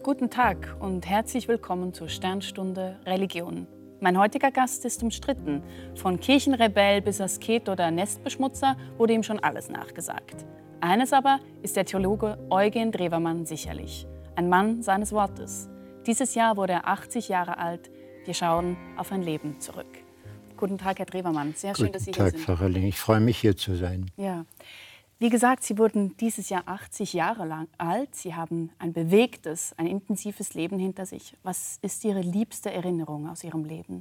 Guten Tag und herzlich willkommen zur Sternstunde Religion. Mein heutiger Gast ist umstritten. Von Kirchenrebell bis Asket oder Nestbeschmutzer wurde ihm schon alles nachgesagt. Eines aber ist der Theologe Eugen Drewermann sicherlich. Ein Mann seines Wortes. Dieses Jahr wurde er 80 Jahre alt. Wir schauen auf ein Leben zurück. Guten Tag, Herr Drewermann. Sehr schön, dass Sie hier sind. Guten Tag, Frau Relling. Ich freue mich, hier zu sein. Ja. Wie gesagt, Sie wurden dieses Jahr 80 Jahre lang alt. Sie haben ein bewegtes, ein intensives Leben hinter sich. Was ist Ihre liebste Erinnerung aus Ihrem Leben?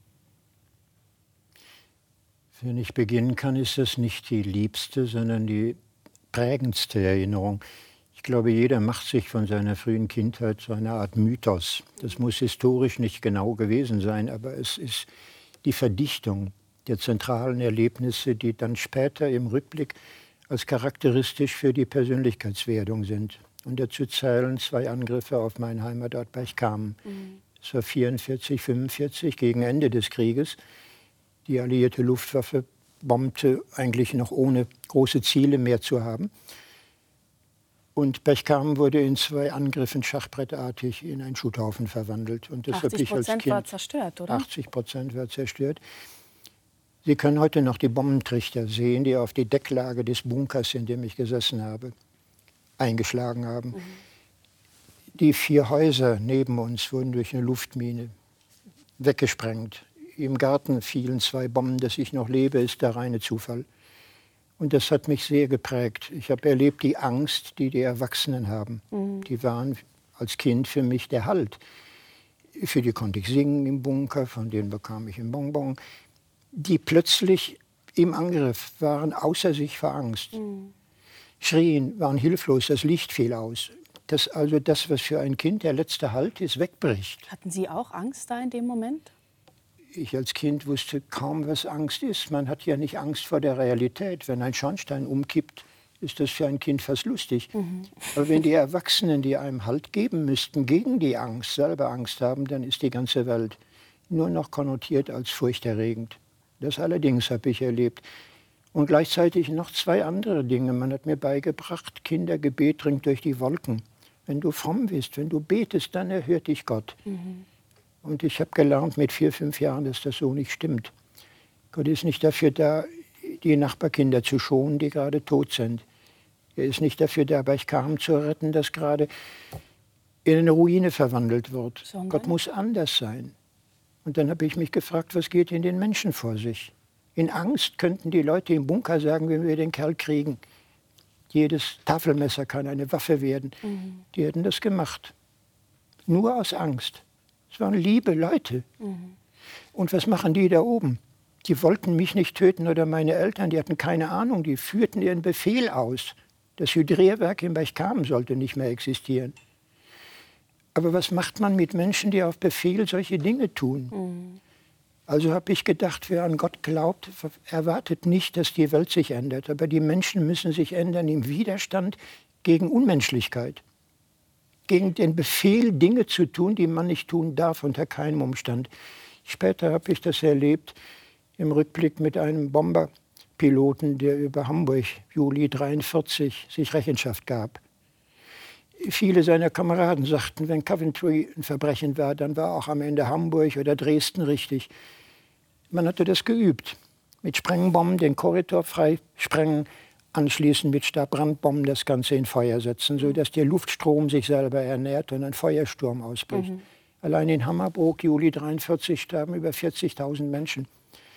Wenn ich beginnen kann, ist das nicht die liebste, sondern die prägendste Erinnerung. Ich glaube, jeder macht sich von seiner frühen Kindheit so eine Art Mythos. Das muss historisch nicht genau gewesen sein, aber es ist die Verdichtung der zentralen Erlebnisse, die dann später im Rückblick als charakteristisch für die Persönlichkeitswerdung sind. Und dazu zählen 2 Angriffe auf meinen Heimatort Berchtesgaden. Es war 44, 45, gegen Ende des Krieges. Die alliierte Luftwaffe bombte eigentlich noch ohne große Ziele mehr zu haben. Und Berchtesgaden wurde in 2 Angriffen schachbrettartig in einen Schutthaufen verwandelt. Und das 80% war zerstört, oder? 80% war zerstört. Sie können heute noch die Bombentrichter sehen, die auf die Decklage des Bunkers, in dem ich gesessen habe, eingeschlagen haben. Die 4 Häuser neben uns wurden durch eine Luftmine weggesprengt. Im Garten fielen 2 Bomben. Dass ich noch lebe, ist der reine Zufall. Und das hat mich sehr geprägt. Ich habe erlebt die Angst, die die Erwachsenen haben. Die waren als Kind für mich der Halt. Für die konnte ich singen im Bunker, von denen bekam ich ein Bonbon. Die plötzlich im Angriff waren, außer sich vor Angst. Schrien, waren hilflos, das Licht fiel aus. Dass also das, was für ein Kind der letzte Halt ist, wegbricht. Hatten Sie auch Angst da in dem Moment? Ich als Kind wusste kaum, was Angst ist. Man hat ja nicht Angst vor der Realität. Wenn ein Schornstein umkippt, ist das für ein Kind fast lustig. Aber wenn die Erwachsenen, die einem Halt geben müssten, gegen die Angst, selber Angst haben, dann ist die ganze Welt nur noch konnotiert als furchterregend. Das allerdings habe ich erlebt. Und gleichzeitig noch 2 andere Dinge. Man hat mir beigebracht, Kindergebet dringt durch die Wolken. Wenn du fromm bist, wenn du betest, dann erhört dich Gott. Und ich habe gelernt mit 4, 5 Jahren, dass das so nicht stimmt. Gott ist nicht dafür da, die Nachbarkinder zu schonen, die gerade tot sind. Er ist nicht dafür da, Berchtesgaden zu retten, das gerade in eine Ruine verwandelt wird. Sondern? Gott muss anders sein. Und dann habe ich mich gefragt, was geht in den Menschen vor sich? In Angst könnten die Leute im Bunker sagen, wenn wir den Kerl kriegen. Jedes Tafelmesser kann eine Waffe werden. Die hätten das gemacht. Nur aus Angst. Es waren liebe Leute. Und was machen die da oben? Die wollten mich nicht töten oder meine Eltern, die hatten keine Ahnung. Die führten ihren Befehl aus. Das Hydrierwerk in Berchtesgaden sollte nicht mehr existieren. Aber was macht man mit Menschen, die auf Befehl solche Dinge tun? Also habe ich gedacht, wer an Gott glaubt, erwartet nicht, dass die Welt sich ändert. Aber die Menschen müssen sich ändern im Widerstand gegen Unmenschlichkeit. Gegen den Befehl, Dinge zu tun, die man nicht tun darf unter keinem Umstand. Später habe ich das erlebt im Rückblick mit einem Bomberpiloten, der über Hamburg, Juli 1943, sich Rechenschaft gab. Viele seiner Kameraden sagten, wenn Coventry ein Verbrechen war, dann war auch am Ende Hamburg oder Dresden richtig. Man hatte das geübt. Mit Sprengbomben den Korridor freisprengen, anschließend mit Stabbrandbomben das Ganze in Feuer setzen, sodass der Luftstrom sich selber ernährt und ein Feuersturm ausbricht. Allein in Hammerbrook, Juli 1943, starben über 40.000 Menschen.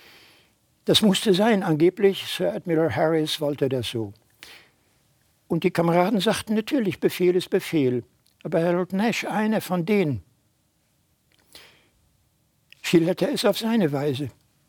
Das musste sein. Angeblich, Sir Admiral Harris wollte das so. Und die Kameraden sagten, natürlich, Befehl ist Befehl. Aber Harold Nash, einer von denen, schilderte es auf seine Weise.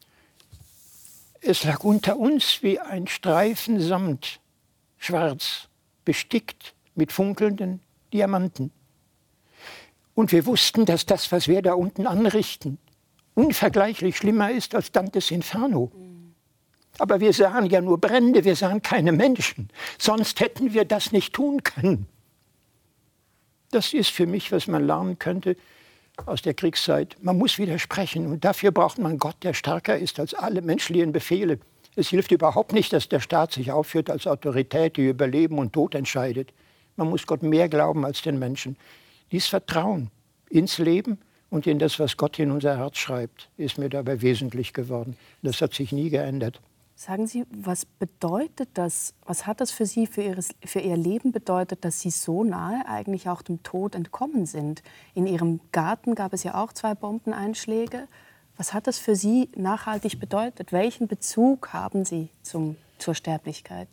Es lag unter uns wie ein Streifen Samt, schwarz, bestickt mit funkelnden Diamanten. Und wir wussten, dass das, was wir da unten anrichten, unvergleichlich schlimmer ist als Dantes Inferno. Aber wir sahen ja nur Brände, wir sahen keine Menschen. Sonst hätten wir das nicht tun können. Das ist für mich, was man lernen könnte aus der Kriegszeit. Man muss widersprechen und dafür braucht man Gott, der stärker ist als alle menschlichen Befehle. Es hilft überhaupt nicht, dass der Staat sich aufführt als Autorität, die über Leben und Tod entscheidet. Man muss Gott mehr glauben als den Menschen. Dieses Vertrauen ins Leben und in das, was Gott in unser Herz schreibt, ist mir dabei wesentlich geworden. Das hat sich nie geändert. Sagen Sie, was bedeutet das, was hat das für Sie, für Ihr Leben bedeutet, dass Sie so nahe eigentlich auch dem Tod entkommen sind? In Ihrem Garten gab es ja auch 2 Bombeneinschläge. Was hat das für Sie nachhaltig bedeutet? Welchen Bezug haben Sie zur Sterblichkeit?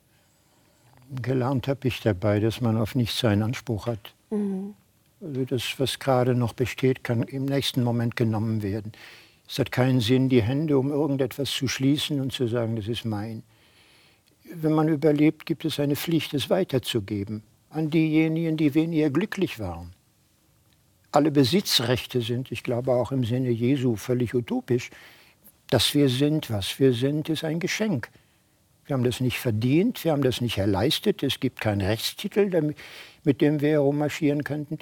Gelernt habe ich dabei, dass man auf nichts seinen Anspruch hat. Also das, was gerade noch besteht, kann im nächsten Moment genommen werden. Es hat keinen Sinn, die Hände um irgendetwas zu schließen und zu sagen, das ist mein. Wenn man überlebt, gibt es eine Pflicht, es weiterzugeben an diejenigen, die weniger glücklich waren. Alle Besitzrechte sind, ich glaube auch im Sinne Jesu, völlig utopisch. Dass wir sind, was wir sind, ist ein Geschenk. Wir haben das nicht verdient, wir haben das nicht erleistet. Es gibt keinen Rechtstitel, mit dem wir herummarschieren könnten.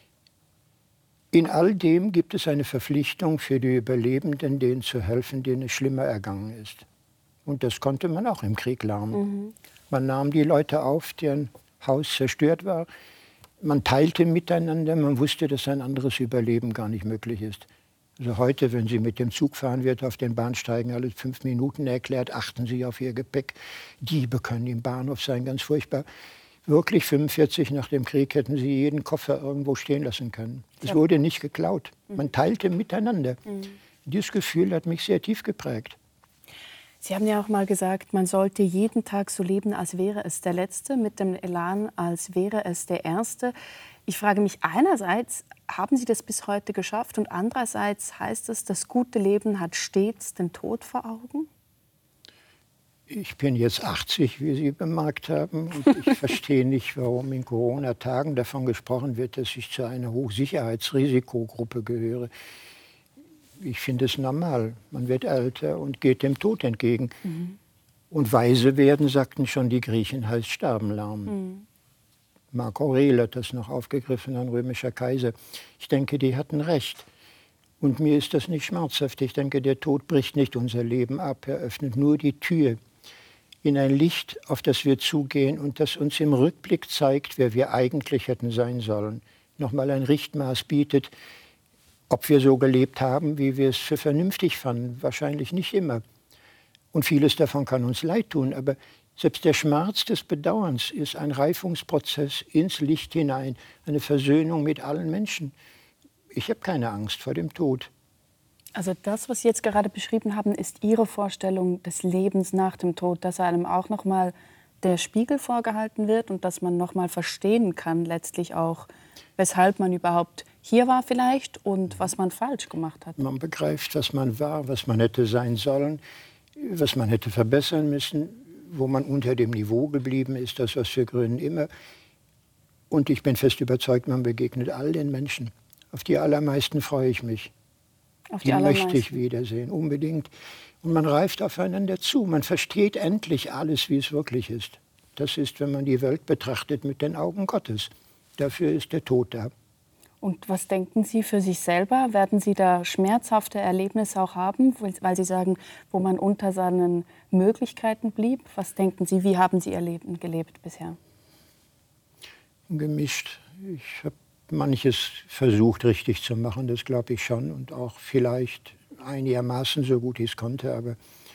In all dem gibt es eine Verpflichtung für die Überlebenden, denen zu helfen, denen es schlimmer ergangen ist. Und das konnte man auch im Krieg lernen. Man nahm die Leute auf, deren Haus zerstört war. Man teilte miteinander, man wusste, dass ein anderes Überleben gar nicht möglich ist. Also heute, wenn Sie mit dem Zug fahren, wird auf den Bahnsteigen alle 5 Minuten erklärt, achten Sie auf Ihr Gepäck. Diebe können im Bahnhof sein, ganz furchtbar. Wirklich 45 nach dem Krieg hätten Sie jeden Koffer irgendwo stehen lassen können. Es wurde nicht geklaut. Man teilte miteinander. Dieses Gefühl hat mich sehr tief geprägt. Sie haben ja auch mal gesagt, man sollte jeden Tag so leben, als wäre es der letzte, mit dem Elan, als wäre es der erste. Ich frage mich einerseits, haben Sie das bis heute geschafft? Und andererseits heißt es, das gute Leben hat stets den Tod vor Augen? Ich bin jetzt 80, wie Sie bemerkt haben, und ich verstehe nicht, warum in Corona-Tagen davon gesprochen wird, dass ich zu einer Hochsicherheitsrisikogruppe gehöre. Ich finde es normal. Man wird älter und geht dem Tod entgegen. Und weise werden, sagten schon die Griechen, heißt sterben lernen. Marc Aurel hat das noch aufgegriffen, ein römischer Kaiser. Ich denke, die hatten recht. Und mir ist das nicht schmerzhaft. Ich denke, der Tod bricht nicht unser Leben ab. Er öffnet nur die Tür in ein Licht, auf das wir zugehen und das uns im Rückblick zeigt, wer wir eigentlich hätten sein sollen. Nochmal ein Richtmaß bietet, ob wir so gelebt haben, wie wir es für vernünftig fanden. Wahrscheinlich nicht immer. Und vieles davon kann uns leid tun. Aber selbst der Schmerz des Bedauerns ist ein Reifungsprozess ins Licht hinein, eine Versöhnung mit allen Menschen. Ich habe keine Angst vor dem Tod. Also das, was Sie jetzt gerade beschrieben haben, ist Ihre Vorstellung des Lebens nach dem Tod, dass einem auch noch mal der Spiegel vorgehalten wird und dass man noch mal verstehen kann, letztlich auch, weshalb man überhaupt hier war vielleicht und was man falsch gemacht hat. Man begreift, was man war, was man hätte sein sollen, was man hätte verbessern müssen, wo man unter dem Niveau geblieben ist, das was wir Grünen immer. Und ich bin fest überzeugt, man begegnet all den Menschen. Auf die allermeisten freue ich mich. Die möchte ich wiedersehen, unbedingt. Und man reift aufeinander zu. Man versteht endlich alles, wie es wirklich ist. Das ist, wenn man die Welt betrachtet mit den Augen Gottes. Dafür ist der Tod da. Und was denken Sie für sich selber? Werden Sie da schmerzhafte Erlebnisse auch haben, weil Sie sagen, wo man unter seinen Möglichkeiten blieb? Was denken Sie, wie haben Sie Ihr Leben gelebt bisher? Gemischt. Ich habe manches versucht richtig zu machen, das glaube ich schon. Und auch vielleicht einigermaßen so gut ich es konnte. Aber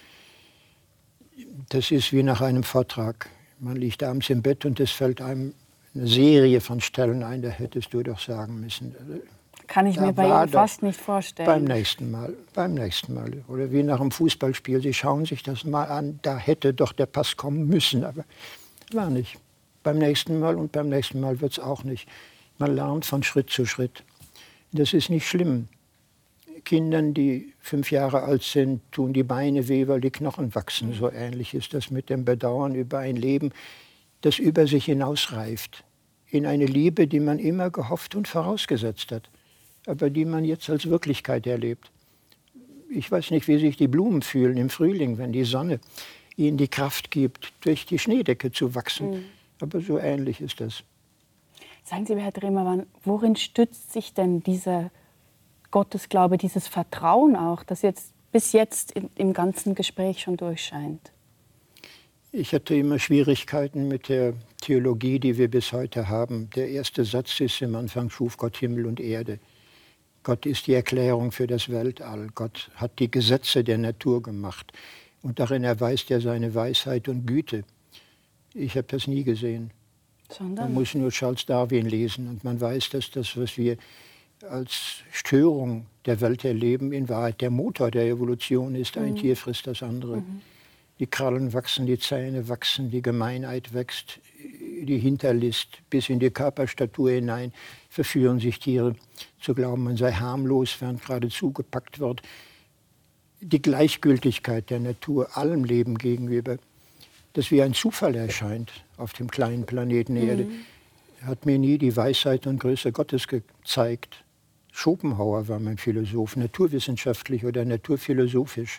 das ist wie nach einem Vortrag. Man liegt abends im Bett und es fällt einem eine Serie von Stellen ein, da hättest du doch sagen müssen. Kann ich mir bei Ihnen fast nicht vorstellen. Beim nächsten Mal. Oder wie nach einem Fußballspiel, Sie schauen sich das mal an, da hätte doch der Pass kommen müssen, aber war nicht. Beim nächsten Mal und beim nächsten Mal wird es auch nicht. Man lernt von Schritt zu Schritt. Das ist nicht schlimm. Kindern, die 5 Jahre alt sind, tun die Beine weh, weil die Knochen wachsen. So ähnlich ist das mit dem Bedauern über ein Leben, das über sich hinausreift. In eine Liebe, die man immer gehofft und vorausgesetzt hat, aber die man jetzt als Wirklichkeit erlebt. Ich weiß nicht, wie sich die Blumen fühlen im Frühling, wenn die Sonne ihnen die Kraft gibt, durch die Schneedecke zu wachsen. Aber so ähnlich ist das. Sagen Sie mir, Herr Dremermann, worin stützt sich denn dieser Gottesglaube, dieses Vertrauen auch, das jetzt bis jetzt im ganzen Gespräch schon durchscheint? Ich hatte immer Schwierigkeiten mit der Theologie, die wir bis heute haben. Der erste Satz ist, im Anfang schuf Gott Himmel und Erde. Gott ist die Erklärung für das Weltall. Gott hat die Gesetze der Natur gemacht. Und darin erweist er seine Weisheit und Güte. Ich habe das nie gesehen. Man muss nur Charles Darwin lesen und man weiß, dass das, was wir als Störung der Welt erleben, in Wahrheit der Motor der Evolution ist. Ein Tier frisst das andere. Die Krallen wachsen, die Zähne wachsen, die Gemeinheit wächst, die Hinterlist bis in die Körperstatur hinein verführen sich Tiere zu glauben, man sei harmlos, während gerade zugepackt wird. Die Gleichgültigkeit der Natur allem Leben gegenüber, das wie ein Zufall erscheint auf dem kleinen Planeten Erde, hat mir nie die Weisheit und Größe Gottes gezeigt. Schopenhauer war mein Philosoph, naturwissenschaftlich oder naturphilosophisch.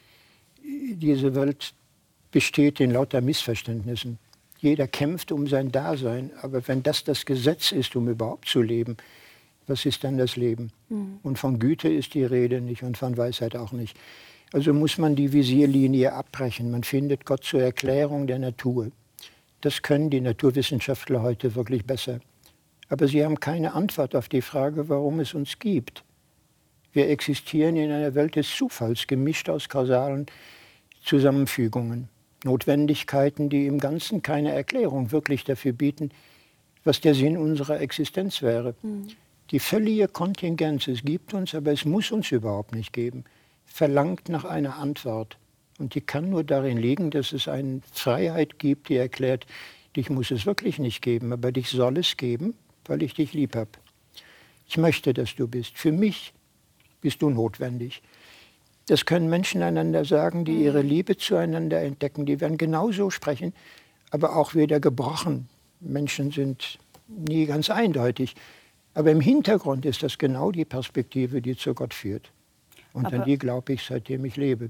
Diese Welt besteht in lauter Missverständnissen. Jeder kämpft um sein Dasein, aber wenn das das Gesetz ist, um überhaupt zu leben, was ist dann das Leben? Und von Güte ist die Rede nicht und von Weisheit auch nicht. Also muss man die Visierlinie abbrechen. Man findet Gott zur Erklärung der Natur. Das können die Naturwissenschaftler heute wirklich besser. Aber sie haben keine Antwort auf die Frage, warum es uns gibt. Wir existieren in einer Welt des Zufalls, gemischt aus kausalen Zusammenfügungen, Notwendigkeiten, die im Ganzen keine Erklärung wirklich dafür bieten, was der Sinn unserer Existenz wäre. Die völlige Kontingenz, es gibt uns, aber es muss uns überhaupt nicht geben, verlangt nach einer Antwort. Und die kann nur darin liegen, dass es eine Freiheit gibt, die erklärt, dich muss es wirklich nicht geben, aber dich soll es geben, weil ich dich lieb habe. Ich möchte, dass du bist. Für mich bist du notwendig. Das können Menschen einander sagen, die ihre Liebe zueinander entdecken. Die werden genauso sprechen, aber auch wieder gebrochen. Menschen sind nie ganz eindeutig. Aber im Hintergrund ist das genau die Perspektive, die zu Gott führt. Und an die glaube ich, seitdem ich lebe.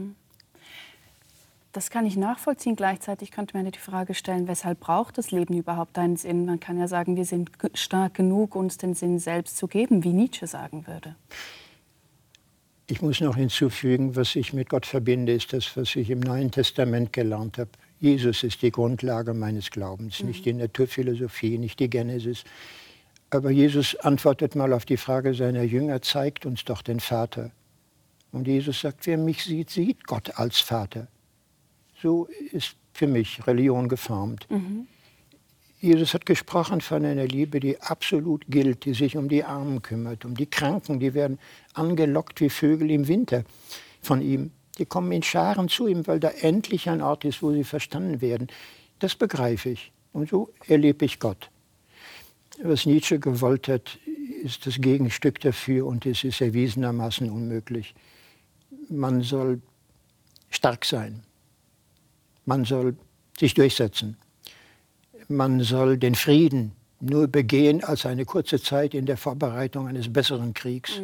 Das kann ich nachvollziehen. Gleichzeitig könnte man die Frage stellen, weshalb braucht das Leben überhaupt einen Sinn? Man kann ja sagen, wir sind stark genug, uns den Sinn selbst zu geben, wie Nietzsche sagen würde. Ich muss noch hinzufügen, was ich mit Gott verbinde, ist das, was ich im Neuen Testament gelernt habe. Jesus ist die Grundlage meines Glaubens, nicht die Naturphilosophie, nicht die Genesis. Aber Jesus antwortet mal auf die Frage seiner Jünger, zeigt uns doch den Vater. Und Jesus sagt, wer mich sieht, sieht Gott als Vater. So ist für mich Religion geformt. Jesus hat gesprochen von einer Liebe, die absolut gilt, die sich um die Armen kümmert, um die Kranken, die werden angelockt wie Vögel im Winter von ihm. Die kommen in Scharen zu ihm, weil da endlich ein Ort ist, wo sie verstanden werden. Das begreife ich. Und so erlebe ich Gott. Was Nietzsche gewollt hat, ist das Gegenstück dafür und es ist erwiesenermaßen unmöglich. Man soll stark sein. Man soll sich durchsetzen. Man soll den Frieden nur begehen als eine kurze Zeit in der Vorbereitung eines besseren Kriegs.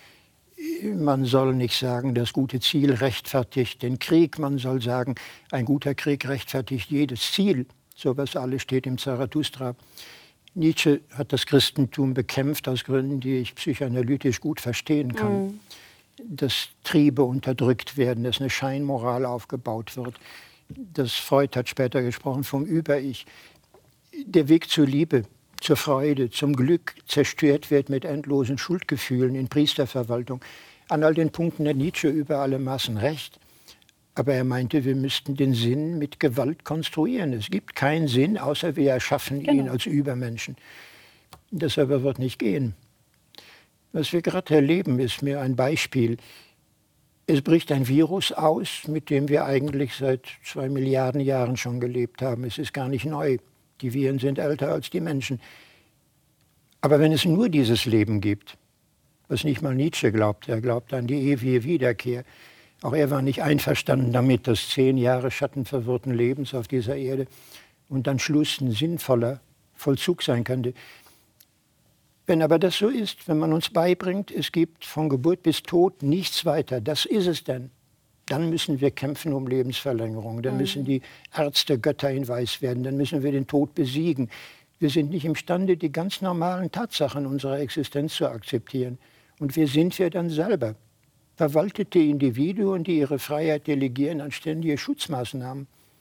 Man soll nicht sagen, das gute Ziel rechtfertigt den Krieg. Man soll sagen, ein guter Krieg rechtfertigt jedes Ziel. So was alles steht im Zarathustra. Nietzsche hat das Christentum bekämpft aus Gründen, die ich psychoanalytisch gut verstehen kann. Dass Triebe unterdrückt werden, dass eine Scheinmoral aufgebaut wird. Das Freud hat später gesprochen vom Über-Ich. Der Weg zur Liebe, zur Freude, zum Glück zerstört wird mit endlosen Schuldgefühlen in Priesterverwaltung. An all den Punkten hat Nietzsche über alle Maßen recht. Aber er meinte, wir müssten den Sinn mit Gewalt konstruieren. Es gibt keinen Sinn, außer wir erschaffen ihn als Übermenschen. Das aber wird nicht gehen. Was wir gerade erleben, ist mir ein Beispiel. Es bricht ein Virus aus, mit dem wir eigentlich seit 2 Milliarden Jahren schon gelebt haben. Es ist gar nicht neu. Die Viren sind älter als die Menschen. Aber wenn es nur dieses Leben gibt, was nicht mal Nietzsche glaubt, er glaubt an die ewige Wiederkehr. Auch er war nicht einverstanden damit, dass 10 Jahre schattenverwirrten Lebens auf dieser Erde und dann Schluss ein sinnvoller Vollzug sein könnte. Wenn aber das so ist, wenn man uns beibringt, es gibt von Geburt bis Tod nichts weiter, das ist es denn. Dann müssen wir kämpfen um Lebensverlängerung, dann müssen die Ärzte Götter in Weiß werden, dann müssen wir den Tod besiegen. Wir sind nicht imstande, die ganz normalen Tatsachen unserer Existenz zu akzeptieren. Und wer sind wir dann selber? Verwaltete Individuen, die ihre Freiheit delegieren an ständige Schutzmaßnahmen.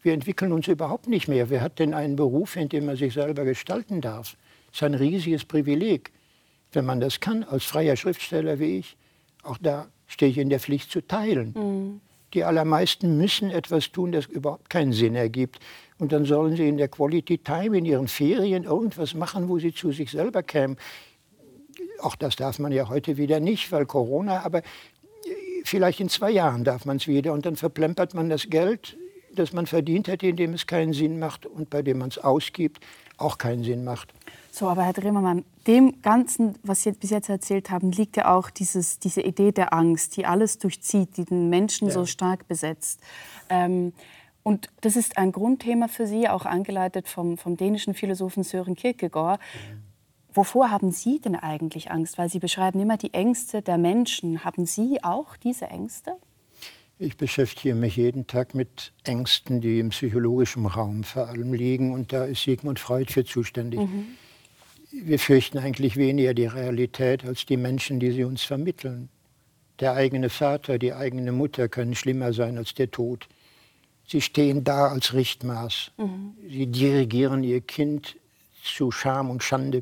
Wir entwickeln uns überhaupt nicht mehr. Wer hat denn einen Beruf, in dem man sich selber gestalten darf? Das ist ein riesiges Privileg, wenn man das kann, als freier Schriftsteller wie ich. Auch da stehe ich in der Pflicht zu teilen. Mhm. Die allermeisten müssen etwas tun, das überhaupt keinen Sinn ergibt. Und dann sollen sie in der Quality Time, in ihren Ferien irgendwas machen, wo sie zu sich selber kämen. Auch das darf man ja heute wieder nicht, weil Corona, aber vielleicht in 2 Jahren darf man es wieder. Und dann verplempert man das Geld, das man verdient hätte, indem es keinen Sinn macht und bei dem man es ausgibt, auch keinen Sinn macht. So, aber Herr Dremermann, dem Ganzen, was Sie bis jetzt erzählt haben, liegt ja auch diese Idee der Angst, die alles durchzieht, die den Menschen so stark besetzt. Und das ist ein Grundthema für Sie, auch angeleitet vom dänischen Philosophen Søren Kierkegaard. Wovor haben Sie denn eigentlich Angst? Weil Sie beschreiben immer die Ängste der Menschen. Haben Sie auch diese Ängste? Ich beschäftige mich jeden Tag mit Ängsten, die im psychologischen Raum vor allem liegen. Und da ist Sigmund Freud für zuständig. Mhm. Wir fürchten eigentlich weniger die Realität als die Menschen, die sie uns vermitteln. Der eigene Vater, die eigene Mutter können schlimmer sein als der Tod. Sie stehen da als Richtmaß. Mhm. Sie dirigieren ihr Kind zu Scham und Schande.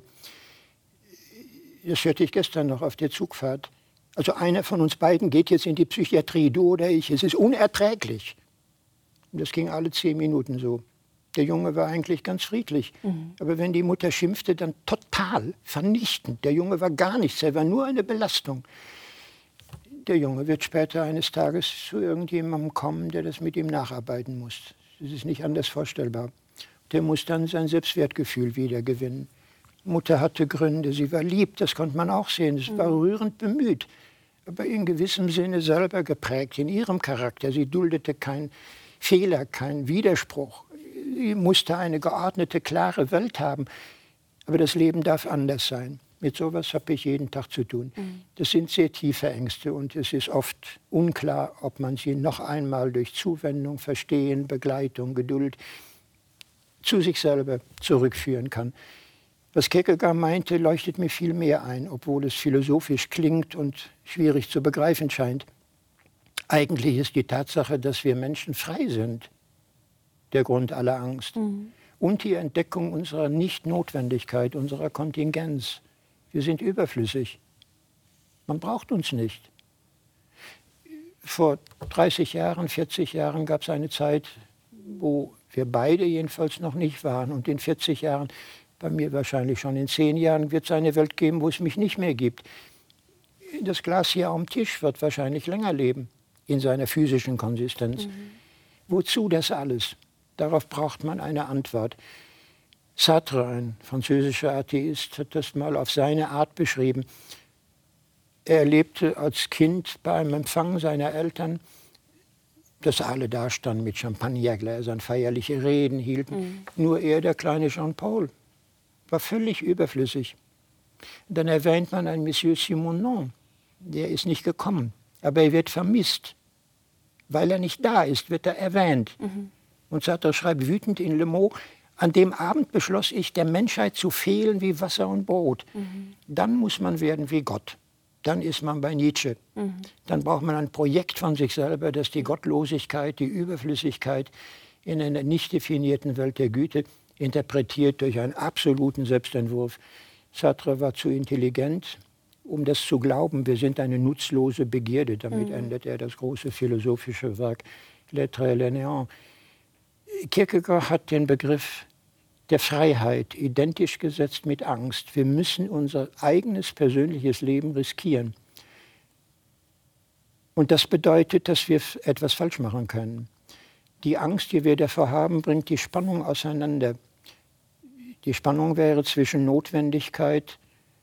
Das hörte ich gestern noch auf der Zugfahrt. Also einer von uns beiden geht jetzt in die Psychiatrie, du oder ich. Es ist unerträglich. Und das ging alle 10 Minuten so. Der Junge war eigentlich ganz friedlich. Mhm. Aber wenn die Mutter schimpfte, dann total vernichtend. Der Junge war gar nichts, er war nur eine Belastung. Der Junge wird später eines Tages zu irgendjemandem kommen, der das mit ihm nacharbeiten muss. Das ist nicht anders vorstellbar. Der muss dann sein Selbstwertgefühl wiedergewinnen. Mutter hatte Gründe, sie war lieb, das konnte man auch sehen. Sie war rührend bemüht, aber in gewissem Sinne selber geprägt, in ihrem Charakter. Sie duldete keinen Fehler, keinen Widerspruch. Sie musste eine geordnete, klare Welt haben. Aber das Leben darf anders sein. Mit sowas habe ich jeden Tag zu tun. Das sind sehr tiefe Ängste und es ist oft unklar, ob man sie noch einmal durch Zuwendung, Verstehen, Begleitung, Geduld zu sich selber zurückführen kann. Was Kierkegaard meinte, leuchtet mir viel mehr ein, obwohl es philosophisch klingt und schwierig zu begreifen scheint. Eigentlich ist die Tatsache, dass wir Menschen frei sind, der Grund aller Angst. Mhm. Und die Entdeckung unserer Nichtnotwendigkeit, unserer Kontingenz. Wir sind überflüssig. Man braucht uns nicht. Vor 30 Jahren, 40 Jahren gab es eine Zeit, wo wir beide jedenfalls noch nicht waren. Und in 40 Jahren, bei mir wahrscheinlich schon in 10 Jahren, wird es eine Welt geben, wo es mich nicht mehr gibt. Das Glas hier am Tisch wird wahrscheinlich länger leben, in seiner physischen Konsistenz. Mhm. Wozu das alles? Darauf braucht man eine Antwort. Sartre, ein französischer Atheist, hat das mal auf seine Art beschrieben. Er erlebte als Kind bei einem Empfang seiner Eltern, dass alle da standen mit Champagnergläsern, feierliche Reden hielten. Mhm. Nur er, der kleine Jean-Paul, war völlig überflüssig. Dann erwähnt man einen Monsieur Simonon, der ist nicht gekommen, aber er wird vermisst. Weil er nicht da ist, wird er erwähnt. Mhm. Und Sartre schreibt wütend in Le Mot, an dem Abend beschloss ich, der Menschheit zu fehlen wie Wasser und Brot. Mhm. Dann muss man werden wie Gott. Dann ist man bei Nietzsche. Mhm. Dann braucht man ein Projekt von sich selber, das die Gottlosigkeit, die Überflüssigkeit in einer nicht definierten Welt der Güte interpretiert durch einen absoluten Selbstentwurf. Sartre war zu intelligent, um das zu glauben. Wir sind eine nutzlose Begierde. Damit endet er das große philosophische Werk L'être et le néant. Kierkegaard hat den Begriff der Freiheit identisch gesetzt mit Angst. Wir müssen unser eigenes persönliches Leben riskieren. Und das bedeutet, dass wir etwas falsch machen können. Die Angst, die wir davor haben, bringt die Spannung auseinander. Die Spannung wäre zwischen Notwendigkeit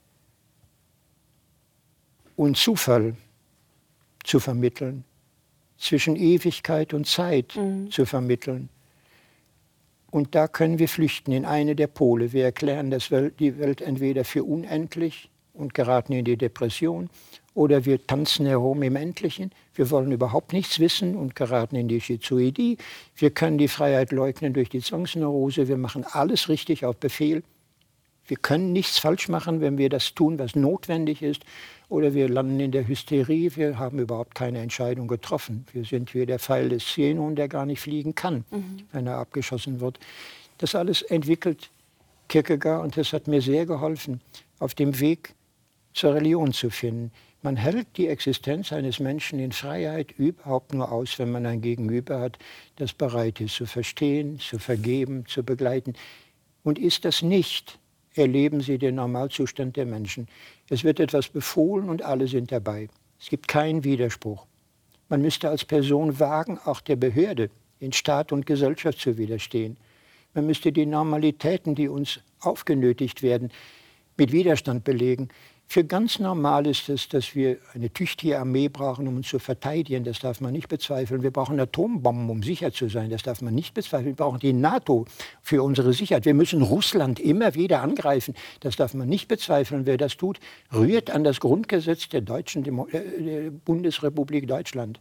und Zufall zu vermitteln, zwischen Ewigkeit und Zeit zu vermitteln. Und da können wir flüchten in eine der Pole. Wir erklären die Welt entweder für unendlich und geraten in die Depression, oder wir tanzen herum im Endlichen. Wir wollen überhaupt nichts wissen und geraten in die Schizoidie. Wir können die Freiheit leugnen durch die Zwangsneurose. Wir machen alles richtig auf Befehl Wir können nichts falsch machen, wenn wir das tun, was notwendig ist. Oder wir landen in der Hysterie, wir haben überhaupt keine Entscheidung getroffen. Wir sind wie der Pfeil des Zenon, der gar nicht fliegen kann, wenn er abgeschossen wird. Das alles entwickelt Kierkegaard und das hat mir sehr geholfen, auf dem Weg zur Religion zu finden. Man hält die Existenz eines Menschen in Freiheit überhaupt nur aus, wenn man ein Gegenüber hat, das bereit ist zu verstehen, zu vergeben, zu begleiten. Und ist das nicht, erleben Sie den Normalzustand der Menschen. Es wird etwas befohlen und alle sind dabei. Es gibt keinen Widerspruch. Man müsste als Person wagen, auch der Behörde in Staat und Gesellschaft zu widerstehen. Man müsste die Normalitäten, die uns aufgenötigt werden, mit Widerstand belegen. Für ganz normal ist es, dass wir eine tüchtige Armee brauchen, um uns zu verteidigen. Das darf man nicht bezweifeln. Wir brauchen Atombomben, um sicher zu sein. Das darf man nicht bezweifeln. Wir brauchen die NATO für unsere Sicherheit. Wir müssen Russland immer wieder angreifen. Das darf man nicht bezweifeln. Wer das tut, rührt an das Grundgesetz der Bundesrepublik Deutschland.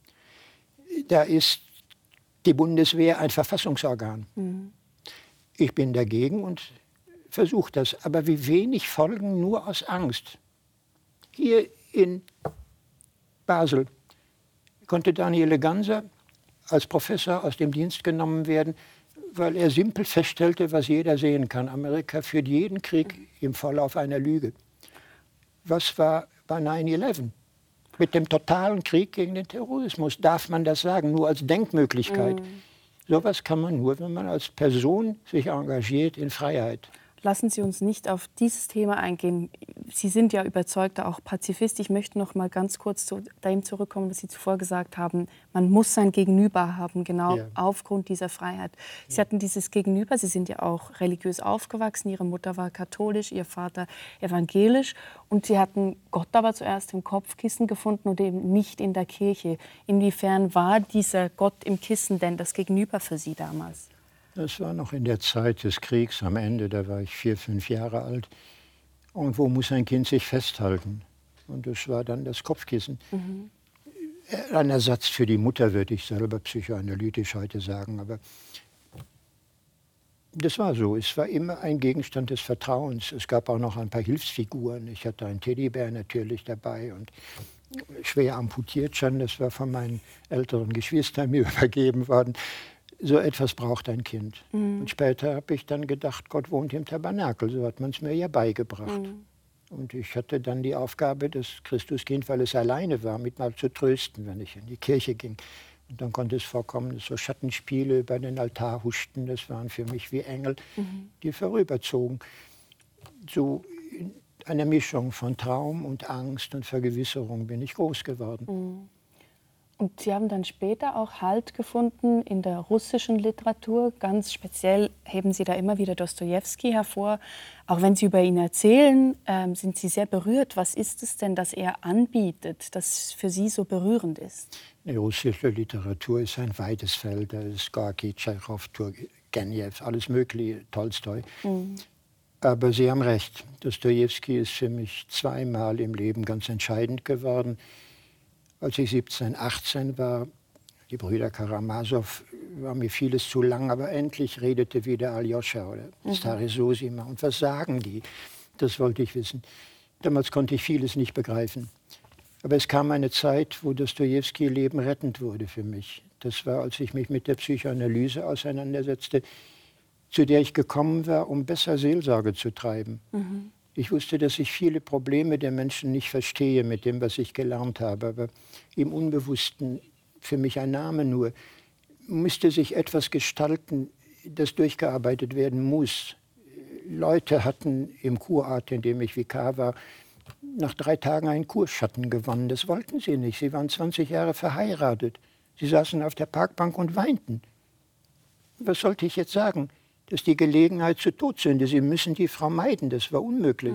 Da ist die Bundeswehr ein Verfassungsorgan. Ich bin dagegen und versucht das, aber wie wenig folgen nur aus Angst. Hier in Basel konnte Daniele Ganser als Professor aus dem Dienst genommen werden, weil er simpel feststellte, was jeder sehen kann. Amerika führt jeden Krieg im Verlauf einer Lüge. Was war bei 9/11? Mit dem totalen Krieg gegen den Terrorismus. Darf man das sagen? Nur als Denkmöglichkeit. Sowas kann man nur, wenn man als Person sich engagiert in Freiheit. Lassen Sie uns nicht auf dieses Thema eingehen. Sie sind ja überzeugter auch Pazifist. Ich möchte noch mal ganz kurz zu dem zurückkommen, was Sie zuvor gesagt haben. Man muss sein Gegenüber haben, genau aufgrund dieser Freiheit. Sie hatten dieses Gegenüber, Sie sind ja auch religiös aufgewachsen. Ihre Mutter war katholisch, Ihr Vater evangelisch. Und Sie hatten Gott aber zuerst im Kopfkissen gefunden und eben nicht in der Kirche. Inwiefern war dieser Gott im Kissen denn das Gegenüber für Sie damals? Das war noch in der Zeit des Kriegs am Ende, da war ich 4, 5 Jahre alt. Irgendwo muss ein Kind sich festhalten. Und das war dann das Kopfkissen. Ein Ersatz für die Mutter, würde ich selber psychoanalytisch heute sagen. Aber das war so. Es war immer ein Gegenstand des Vertrauens. Es gab auch noch ein paar Hilfsfiguren. Ich hatte einen Teddybär natürlich dabei und schwer amputiert schon. Das war von meinen älteren Geschwistern mir übergeben worden. So etwas braucht ein Kind. Und später habe ich dann gedacht, Gott wohnt im Tabernakel. So hat man es mir ja beigebracht. Und ich hatte dann die Aufgabe, das Christuskind, weil es alleine war, mit mal zu trösten, wenn ich in die Kirche ging. Und dann konnte es vorkommen, dass so Schattenspiele über den Altar huschten. Das waren für mich wie Engel, die vorüberzogen. So in einer Mischung von Traum und Angst und Vergewisserung bin ich groß geworden. Und Sie haben dann später auch Halt gefunden in der russischen Literatur. Ganz speziell heben Sie da immer wieder Dostojewski hervor. Auch wenn Sie über ihn erzählen, sind Sie sehr berührt. Was ist es denn, das er anbietet, das für Sie so berührend ist? Die russische Literatur ist ein weites Feld. Da ist Gorki, Tschechow, Turgenev, alles Mögliche, Tolstoi. Aber Sie haben recht. Dostojewski ist für mich zweimal im Leben ganz entscheidend geworden. Als ich 17, 18 war, die Brüder Karamasow, war mir vieles zu lang, aber endlich redete wieder Aljoscha oder Stare Zosima. Und was sagen die? Das wollte ich wissen. Damals konnte ich vieles nicht begreifen. Aber es kam eine Zeit, wo Dostojewski Leben rettend wurde für mich. Das war, als ich mich mit der Psychoanalyse auseinandersetzte, zu der ich gekommen war, um besser Seelsorge zu treiben. Ich wusste, dass ich viele Probleme der Menschen nicht verstehe mit dem, was ich gelernt habe. Aber im Unbewussten, für mich ein Name nur, müsste sich etwas gestalten, das durchgearbeitet werden muss. Leute hatten im Kurort, in dem ich Vikar war, nach 3 Tagen einen Kurschatten gewonnen. Das wollten sie nicht. Sie waren 20 Jahre verheiratet. Sie saßen auf der Parkbank und weinten. Was sollte ich jetzt sagen? Das ist die Gelegenheit zur Todsünde. Sie müssen die Frau meiden. Das war unmöglich.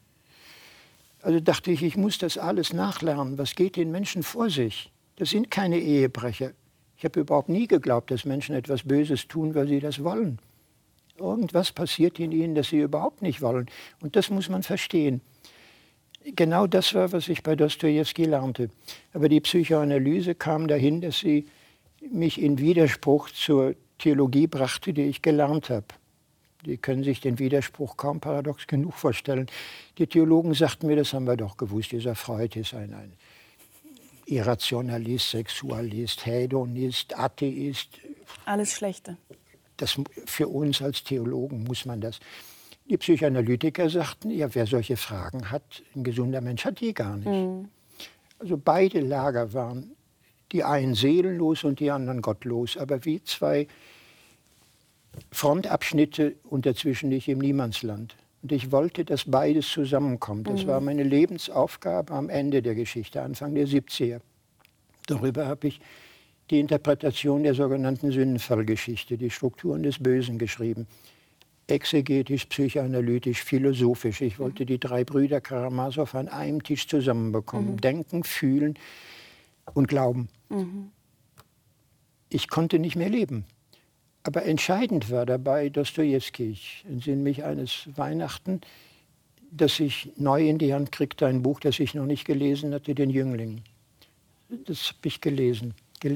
Also dachte ich, ich muss das alles nachlernen. Was geht den Menschen vor sich? Das sind keine Ehebrecher. Ich habe überhaupt nie geglaubt, dass Menschen etwas Böses tun, weil sie das wollen. Irgendwas passiert in ihnen, das sie überhaupt nicht wollen. Und das muss man verstehen. Genau das war, was ich bei Dostojewski lernte. Aber die Psychoanalyse kam dahin, dass sie mich in Widerspruch zur Theologie brachte, die ich gelernt habe. Die können sich den Widerspruch kaum paradox genug vorstellen. Die Theologen sagten mir, das haben wir doch gewusst, dieser Freud ist ein Irrationalist, Sexualist, Hedonist, Atheist. Alles Schlechte. Das, für uns als Theologen muss man das. Die Psychoanalytiker sagten, ja, wer solche Fragen hat, ein gesunder Mensch hat die gar nicht. Also beide Lager waren, die einen seelenlos und die anderen gottlos, aber wie zwei Frontabschnitte und dazwischen nicht im Niemandsland. Und ich wollte, dass beides zusammenkommt. Das war meine Lebensaufgabe am Ende der Geschichte, Anfang der 70er. Darüber habe ich die Interpretation der sogenannten Sündenfallgeschichte, die Strukturen des Bösen geschrieben. Exegetisch, psychoanalytisch, philosophisch. Ich wollte die drei Brüder Karamasow an einem Tisch zusammenbekommen. Denken, fühlen und glauben. Ich konnte nicht mehr leben. Aber entscheidend war dabei Dostojewski. Ich entsinne mich eines Weihnachten, dass ich neu in die Hand kriegte, ein Buch, das ich noch nicht gelesen hatte, Den Jüngling. Das habe ich gelesen.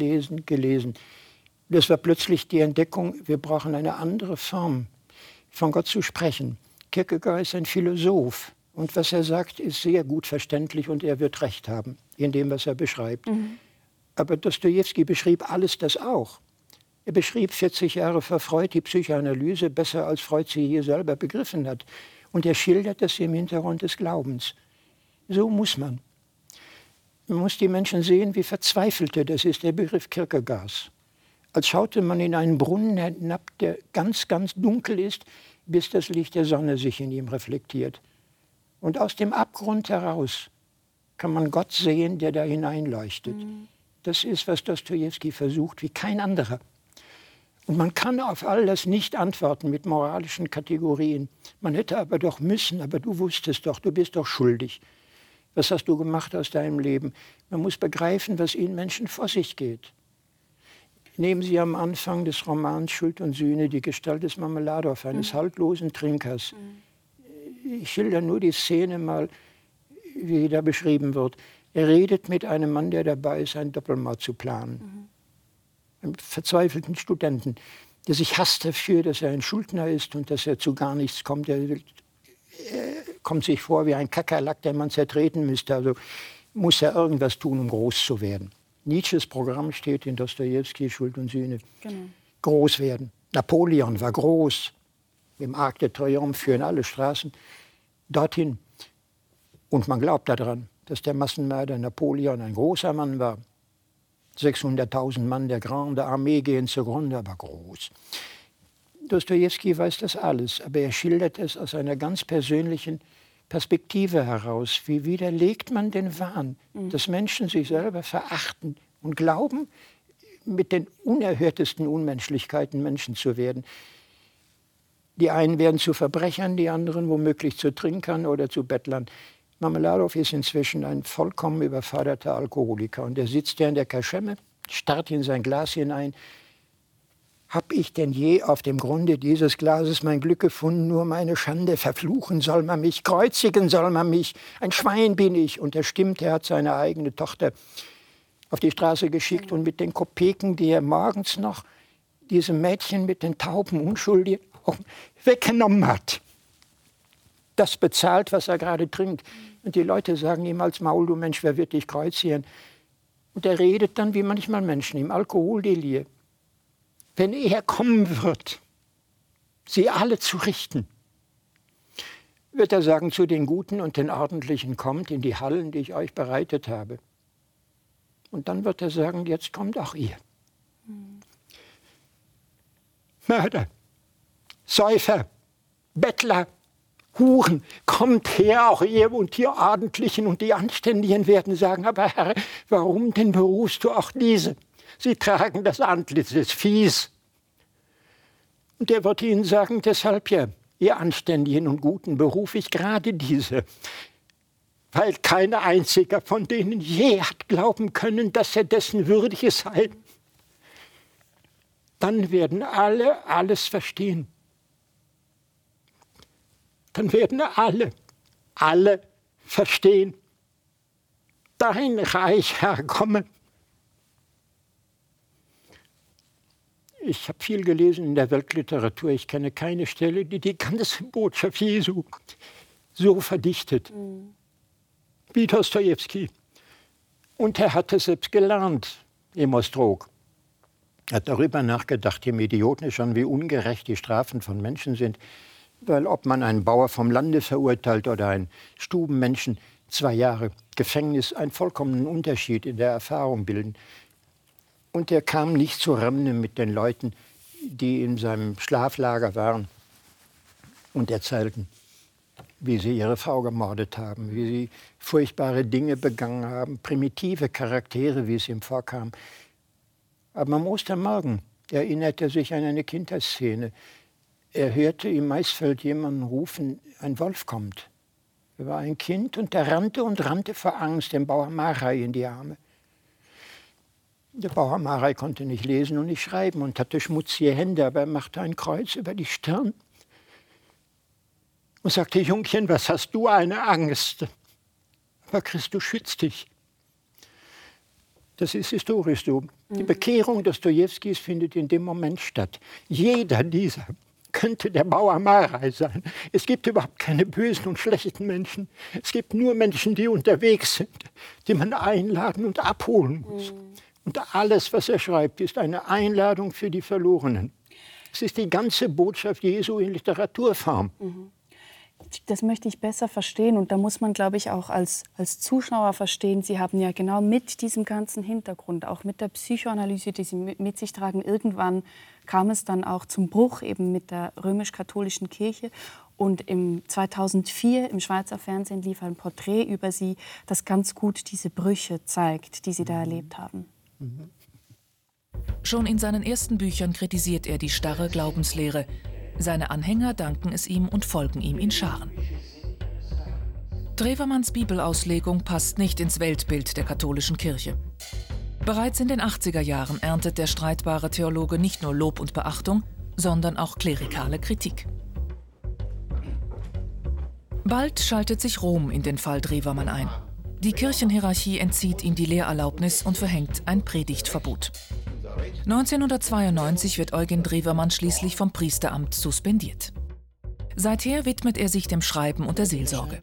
Das war plötzlich die Entdeckung, wir brauchen eine andere Form, von Gott zu sprechen. Kierkegaard ist ein Philosoph und was er sagt, ist sehr gut verständlich und er wird recht haben in dem, was er beschreibt. Aber Dostojewski beschrieb alles das auch. Er beschrieb 40 Jahre vor Freud die Psychoanalyse besser, als Freud sie hier selber begriffen hat. Und er schildert das im Hintergrund des Glaubens. So muss man. Man muss die Menschen sehen, wie verzweifelte das ist, der Begriff Kierkegaards. Als schaute man in einen Brunnen hinab, der ganz, ganz dunkel ist, bis das Licht der Sonne sich in ihm reflektiert. Und aus dem Abgrund heraus kann man Gott sehen, der da hineinleuchtet. Das ist, was Dostojewski versucht, wie kein anderer. Und man kann auf all das nicht antworten mit moralischen Kategorien. Man hätte aber doch müssen, aber du wusstest doch, du bist doch schuldig. Was hast du gemacht aus deinem Leben? Man muss begreifen, was in Menschen vor sich geht. Nehmen Sie am Anfang des Romans Schuld und Sühne die Gestalt des Marmeladow, eines haltlosen Trinkers. Ich schilder nur die Szene mal, wie da beschrieben wird. Er redet mit einem Mann, der dabei ist, einen Doppelmord zu planen. Einem verzweifelten Studenten, der sich hasst dafür, dass er ein Schuldner ist und dass er zu gar nichts kommt. Er kommt sich vor wie ein Kakerlak, den man zertreten müsste. Also muss er irgendwas tun, um groß zu werden. Nietzsches Programm steht in Dostojewski, Schuld und Sühne. Genau. Groß werden. Napoleon war groß. Im Arc de Triomphe führen alle Straßen dorthin. Und man glaubt daran, dass der Massenmörder Napoleon ein großer Mann war. 600.000 Mann der Grande Armee gehen zugrunde, aber groß. Dostojewski weiß das alles, aber er schildert es aus einer ganz persönlichen Perspektive heraus. Wie widerlegt man den Wahn, dass Menschen sich selber verachten und glauben, mit den unerhörtesten Unmenschlichkeiten Menschen zu werden. Die einen werden zu Verbrechern, die anderen womöglich zu Trinkern oder zu Bettlern. Marmeladow ist inzwischen ein vollkommen überforderter Alkoholiker. Und er sitzt ja in der Kaschemme, starrt in sein Glas hinein. Hab ich denn je auf dem Grunde dieses Glases mein Glück gefunden, nur meine Schande? Verfluchen soll man mich, kreuzigen soll man mich, ein Schwein bin ich. Und er stimmt, er hat seine eigene Tochter auf die Straße geschickt und mit den Kopeken, die er morgens noch diesem Mädchen mit den tauben Unschuldigen weggenommen hat, das bezahlt, was er gerade trinkt. Und die Leute sagen ihm als Maul, du Mensch, wer wird dich kreuzigen? Und er redet dann wie manchmal Menschen im Alkoholdelir. Wenn er kommen wird, sie alle zu richten, wird er sagen zu den Guten und den Ordentlichen, kommt in die Hallen, die ich euch bereitet habe. Und dann wird er sagen, jetzt kommt auch ihr. Mörder, Säufer, Bettler, Huren, kommt her, auch ihr und die Ordentlichen und die Anständigen werden sagen, aber Herr, warum denn berufst du auch diese? Sie tragen das Antlitz des Viehs. Und er wird ihnen sagen, deshalb ja, ihr Anständigen und Guten berufe ich gerade diese, weil kein einziger von denen je hat glauben können, dass er dessen würdig sei. Dann werden alle alles verstehen. Dann werden alle verstehen. Dein Reich, Herr, komme. Ich habe viel gelesen in der Weltliteratur. Ich kenne keine Stelle, die die ganze Botschaft Jesu so verdichtet wie Dostojewski. Und er hat es selbst gelernt im Ostrog. Er hat darüber nachgedacht, dem Idioten ist schon, wie ungerecht die Strafen von Menschen sind. Weil ob man einen Bauer vom Lande verurteilt oder einen Stubenmenschen, 2 Jahre Gefängnis einen vollkommenen Unterschied in der Erfahrung bilden. Und er kam nicht zu Rande mit den Leuten, die in seinem Schlaflager waren und erzählten, wie sie ihre Frau gemordet haben, wie sie furchtbare Dinge begangen haben, primitive Charaktere, wie es ihm vorkam. Aber am Ostermorgen erinnerte er sich an eine Kindheitsszene. Er hörte im Maisfeld jemanden rufen, ein Wolf kommt. Er war ein Kind und er rannte vor Angst dem Bauer Marei in die Arme. Der Bauer Marei konnte nicht lesen und nicht schreiben und hatte schmutzige Hände, aber er machte ein Kreuz über die Stirn und sagte, Jungchen, was hast du eine Angst? Aber Christus schützt dich. Das ist historisch so. Die Bekehrung Dostojewskis findet in dem Moment statt. Jeder dieser könnte der Bauer Marei sein. Es gibt überhaupt keine bösen und schlechten Menschen. Es gibt nur Menschen, die unterwegs sind, die man einladen und abholen muss. Und alles, was er schreibt, ist eine Einladung für die Verlorenen. Es ist die ganze Botschaft Jesu in Literaturform. Das möchte ich besser verstehen. Und da muss man, glaube ich, auch als Zuschauer verstehen, Sie haben ja genau mit diesem ganzen Hintergrund, auch mit der Psychoanalyse, die Sie mit sich tragen, irgendwann kam es dann auch zum Bruch eben mit der römisch-katholischen Kirche. Und im 2004 im Schweizer Fernsehen lief ein Porträt über Sie, das ganz gut diese Brüche zeigt, die Sie da erlebt haben. Schon in seinen ersten Büchern kritisiert er die starre Glaubenslehre. Seine Anhänger danken es ihm und folgen ihm in Scharen. Drewermanns Bibelauslegung passt nicht ins Weltbild der katholischen Kirche. Bereits in den 80er Jahren erntet der streitbare Theologe nicht nur Lob und Beachtung, sondern auch klerikale Kritik. Bald schaltet sich Rom in den Fall Drewermann ein. Die Kirchenhierarchie entzieht ihm die Lehrerlaubnis und verhängt ein Predigtverbot. 1992 wird Eugen Drewermann schließlich vom Priesteramt suspendiert. Seither widmet er sich dem Schreiben und der Seelsorge.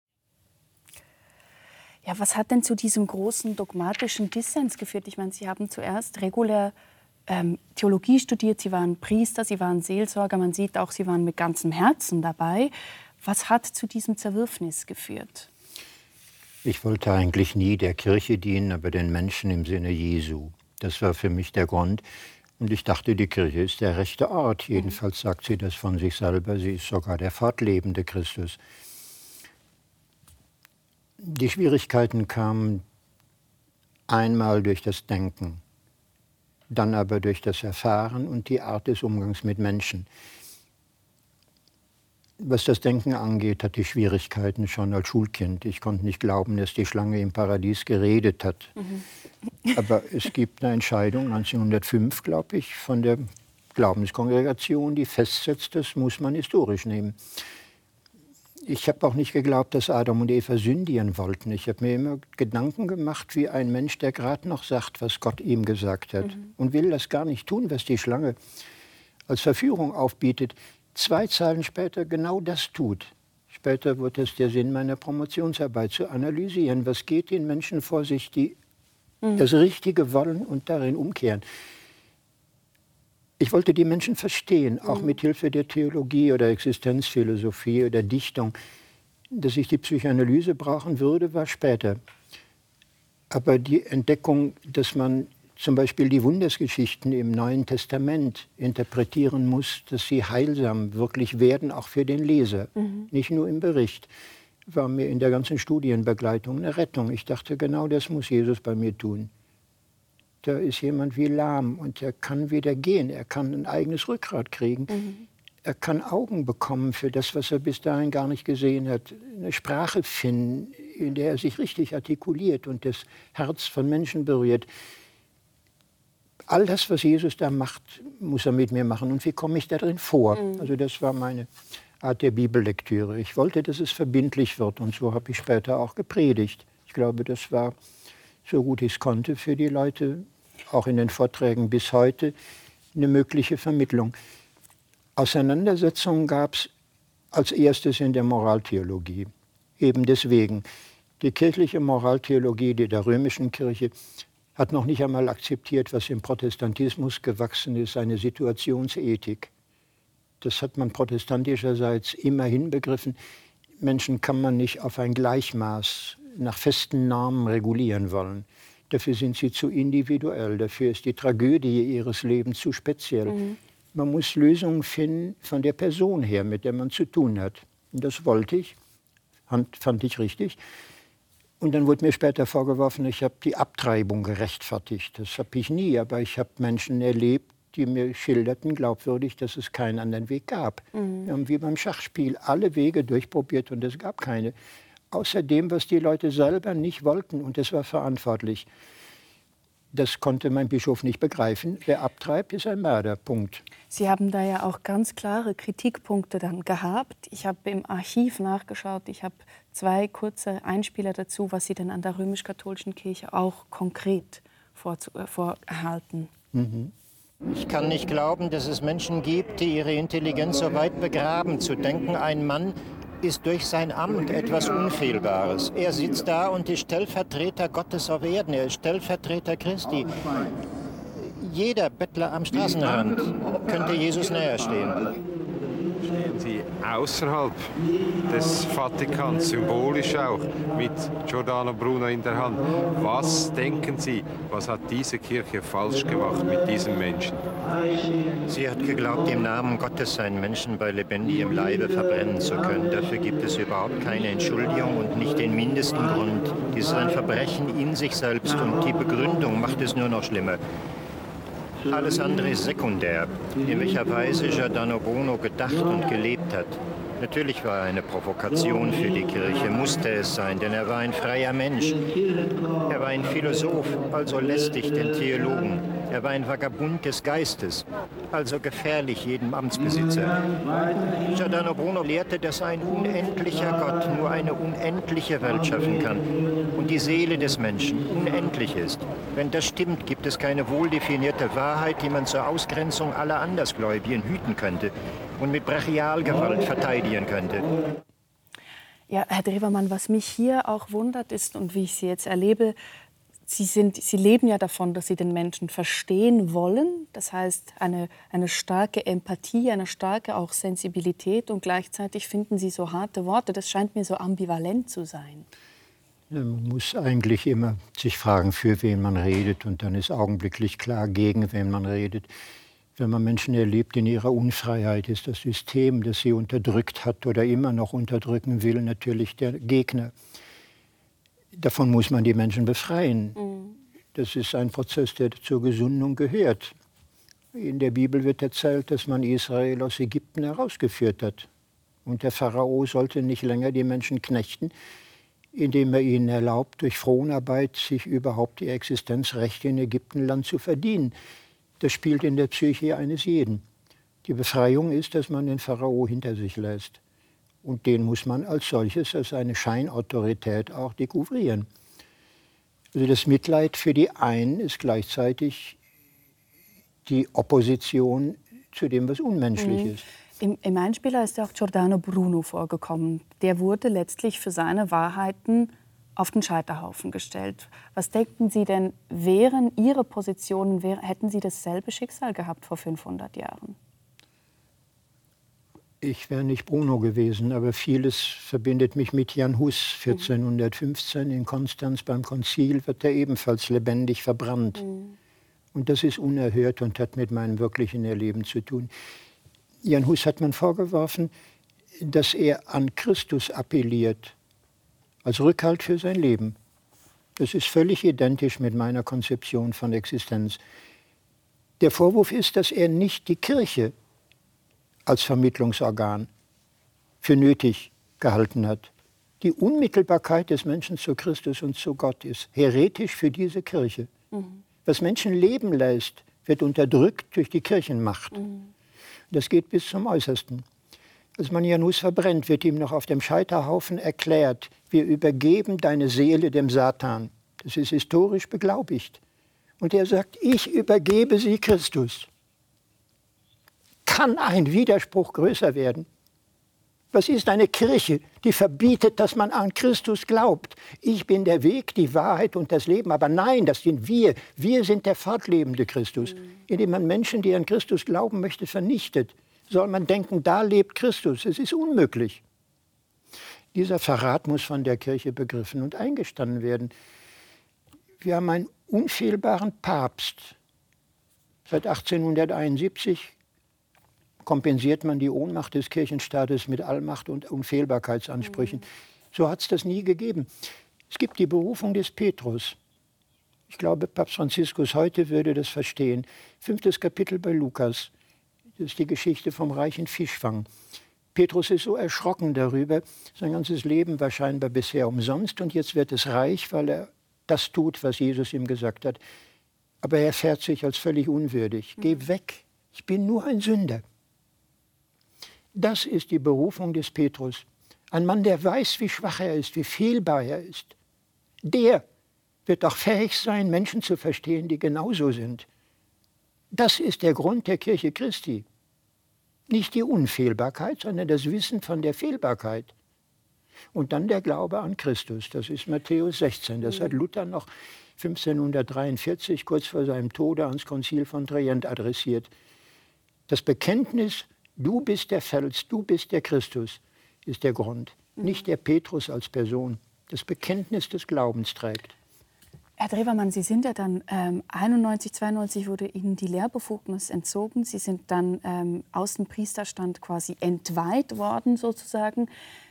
Ja, was hat denn zu diesem großen dogmatischen Dissens geführt? Ich meine, Sie haben zuerst regulär Theologie studiert, Sie waren Priester, Sie waren Seelsorger, man sieht auch, Sie waren mit ganzem Herzen dabei. Was hat zu diesem Zerwürfnis geführt? Ich wollte eigentlich nie der Kirche dienen, aber den Menschen im Sinne Jesu. Das war für mich der Grund. Und ich dachte, die Kirche ist der rechte Ort. Jedenfalls sagt sie das von sich selber. Sie ist sogar der fortlebende Christus. Die Schwierigkeiten kamen einmal durch das Denken, dann aber durch das Erfahren und die Art des Umgangs mit Menschen. Was das Denken angeht, hatte ich Schwierigkeiten schon als Schulkind. Ich konnte nicht glauben, dass die Schlange im Paradies geredet hat. Aber es gibt eine Entscheidung, 1905, glaube ich, von der Glaubenskongregation, die festsetzt, das muss man historisch nehmen. Ich habe auch nicht geglaubt, dass Adam und Eva sündigen wollten. Ich habe mir immer Gedanken gemacht, wie ein Mensch, der gerade noch sagt, was Gott ihm gesagt hat. Und will das gar nicht tun, was die Schlange als Verführung aufbietet. 2 Zeilen später genau das tut. Später wird es der Sinn meiner Promotionsarbeit, zu analysieren, was geht den Menschen vor sich, die das Richtige wollen und darin umkehren. Ich wollte die Menschen verstehen, auch mit Hilfe der Theologie oder Existenzphilosophie oder Dichtung. Dass ich die Psychoanalyse brauchen würde, war später. Aber die Entdeckung, dass man zum Beispiel die Wundersgeschichten im Neuen Testament interpretieren muss, dass sie heilsam wirklich werden, auch für den Leser, nicht nur im Bericht, war mir in der ganzen Studienbegleitung eine Rettung. Ich dachte, genau das muss Jesus bei mir tun. Da ist jemand wie lahm und er kann wieder gehen, er kann ein eigenes Rückgrat kriegen. Er kann Augen bekommen für das, was er bis dahin gar nicht gesehen hat. Eine Sprache finden, in der er sich richtig artikuliert und das Herz von Menschen berührt. All das, was Jesus da macht, muss er mit mir machen. Und wie komme ich da drin vor? Also das war meine Art der Bibellektüre. Ich wollte, dass es verbindlich wird. Und so habe ich später auch gepredigt. Ich glaube, das war, so gut ich es konnte, für die Leute, auch in den Vorträgen bis heute, eine mögliche Vermittlung. Auseinandersetzungen gab es als erstes in der Moraltheologie. Eben deswegen. Die kirchliche Moraltheologie der römischen Kirche hat noch nicht einmal akzeptiert, was im Protestantismus gewachsen ist, eine Situationsethik. Das hat man protestantischerseits immerhin begriffen. Menschen kann man nicht auf ein Gleichmaß nach festen Normen regulieren wollen. Dafür sind sie zu individuell, dafür ist die Tragödie ihres Lebens zu speziell. Man muss Lösungen finden von der Person her, mit der man zu tun hat. Und das wollte ich, fand ich richtig. Und dann wurde mir später vorgeworfen, ich habe die Abtreibung gerechtfertigt. Das habe ich nie, aber ich habe Menschen erlebt, die mir schilderten, glaubwürdig, dass es keinen anderen Weg gab. Wir haben wie beim Schachspiel alle Wege durchprobiert und es gab keine. Außer dem, was die Leute selber nicht wollten, und das war verantwortlich. Das konnte mein Bischof nicht begreifen. Wer abtreibt, ist ein Mörder. Punkt. Sie haben da ja auch ganz klare Kritikpunkte dann gehabt. Ich habe im Archiv nachgeschaut. Ich habe 2 kurze Einspieler dazu, was Sie denn an der römisch-katholischen Kirche auch konkret vorhalten. Ich kann nicht glauben, dass es Menschen gibt, die ihre Intelligenz so weit begraben, zu denken, ein Mann ist durch sein Amt etwas Unfehlbares. Er sitzt da und ist Stellvertreter Gottes auf Erden, er ist Stellvertreter Christi. Jeder Bettler am Straßenrand könnte Jesus näher stehen. Stehen Sie außerhalb des Vatikans, symbolisch auch, mit Giordano Bruno in der Hand. Was denken Sie, was hat diese Kirche falsch gemacht mit diesem Menschen? Sie hat geglaubt, im Namen Gottes einen Menschen bei lebendigem Leibe verbrennen zu können. Dafür gibt es überhaupt keine Entschuldigung und nicht den mindesten Grund. Dies ist ein Verbrechen in sich selbst und die Begründung macht es nur noch schlimmer. Alles andere ist sekundär, in welcher Weise Giordano Bruno gedacht und gelebt hat. Natürlich war er eine Provokation für die Kirche, musste es sein, denn er war ein freier Mensch. Er war ein Philosoph, also lästig den Theologen. Er war ein Vagabund des Geistes, also gefährlich jedem Amtsbesitzer. Giordano Bruno lehrte, dass ein unendlicher Gott nur eine unendliche Welt schaffen kann und die Seele des Menschen unendlich ist. Wenn das stimmt, gibt es keine wohldefinierte Wahrheit, die man zur Ausgrenzung aller Andersgläubigen hüten könnte und mit Brachialgewalt verteidigen könnte. Ja, Herr Drewermann, was mich hier auch wundert ist und wie ich Sie jetzt erlebe, Sie leben ja davon, dass Sie den Menschen verstehen wollen. Das heißt, eine starke Empathie, eine starke auch Sensibilität und gleichzeitig finden Sie so harte Worte. Das scheint mir so ambivalent zu sein. Man muss eigentlich immer sich fragen, für wen man redet, und dann ist augenblicklich klar, gegen wen man redet. Wenn man Menschen erlebt in ihrer Unfreiheit, ist das System, das sie unterdrückt hat oder immer noch unterdrücken will, natürlich der Gegner. Davon muss man die Menschen befreien. Das ist ein Prozess, der zur Gesundung gehört. In der Bibel wird erzählt, dass man Israel aus Ägypten herausgeführt hat. Und der Pharao sollte nicht länger die Menschen knechten, indem er ihnen erlaubt, durch Fronarbeit sich überhaupt die Existenzrechte in Ägyptenland zu verdienen. Das spielt in der Psyche eines jeden. Die Befreiung ist, dass man den Pharao hinter sich lässt. Und den muss man als solches, als eine Scheinautorität auch dekouvrieren. Also das Mitleid für die einen ist gleichzeitig die Opposition zu dem, was unmenschlich ist. Im Einspieler ist ja auch Giordano Bruno vorgekommen. Der wurde letztlich für seine Wahrheiten auf den Scheiterhaufen gestellt. Was denken Sie denn, wären Ihre Positionen, hätten Sie dasselbe Schicksal gehabt vor 500 Jahren? Ich wäre nicht Bruno gewesen, aber vieles verbindet mich mit Jan Hus. 1415 in Konstanz beim Konzil wird er ebenfalls lebendig verbrannt. Und das ist unerhört und hat mit meinem wirklichen Erleben zu tun. Jan Hus hat man vorgeworfen, dass er an Christus appelliert, als Rückhalt für sein Leben. Das ist völlig identisch mit meiner Konzeption von Existenz. Der Vorwurf ist, dass er nicht die Kirche als Vermittlungsorgan für nötig gehalten hat. Die Unmittelbarkeit des Menschen zu Christus und zu Gott ist heretisch für diese Kirche. Was Menschen leben lässt, wird unterdrückt durch die Kirchenmacht. Das geht bis zum Äußersten. Als man Jan Hus verbrennt, wird ihm noch auf dem Scheiterhaufen erklärt, wir übergeben deine Seele dem Satan. Das ist historisch beglaubigt. Und er sagt, ich übergebe sie Christus. kann ein Widerspruch größer werden? Was ist eine Kirche, die verbietet, dass man an Christus glaubt? Ich bin der Weg, die Wahrheit und das Leben. Aber nein, das sind wir. Wir sind der fortlebende Christus. Indem man Menschen, die an Christus glauben möchte, vernichtet, soll man denken, da lebt Christus. Es ist unmöglich. Dieser Verrat muss von der Kirche begriffen und eingestanden werden. Wir haben einen unfehlbaren Papst. Seit 1871 kompensiert man die Ohnmacht des Kirchenstaates mit Allmacht und Unfehlbarkeitsansprüchen. So hat es das nie gegeben. Es gibt die Berufung des Petrus. Ich glaube, Papst Franziskus heute würde das verstehen. 5. Kapitel bei Lukas. Das ist die Geschichte vom reichen Fischfang. Petrus ist so erschrocken darüber. Sein ganzes Leben war scheinbar bisher umsonst und jetzt wird es reich, weil er das tut, was Jesus ihm gesagt hat. Aber er fährt sich als völlig unwürdig. Geh weg, ich bin nur ein Sünder. Das ist die Berufung des Petrus. Ein Mann, der weiß, wie schwach er ist, wie fehlbar er ist. Der wird auch fähig sein, Menschen zu verstehen, die genauso sind. Das ist der Grund der Kirche Christi. Nicht die Unfehlbarkeit, sondern das Wissen von der Fehlbarkeit. Und dann der Glaube an Christus. Das ist Matthäus 16. Das hat Luther noch 1543, kurz vor seinem Tode, ans Konzil von Trient adressiert. Das Bekenntnis, du bist der Fels, du bist der Christus, ist der Grund. Nicht der Petrus als Person. Das Bekenntnis des Glaubens trägt. Herr Drewermann, Sie sind ja dann 91, 92 wurde Ihnen die Lehrbefugnis entzogen. Sie sind dann aus dem Priesterstand quasi entweiht worden sozusagen.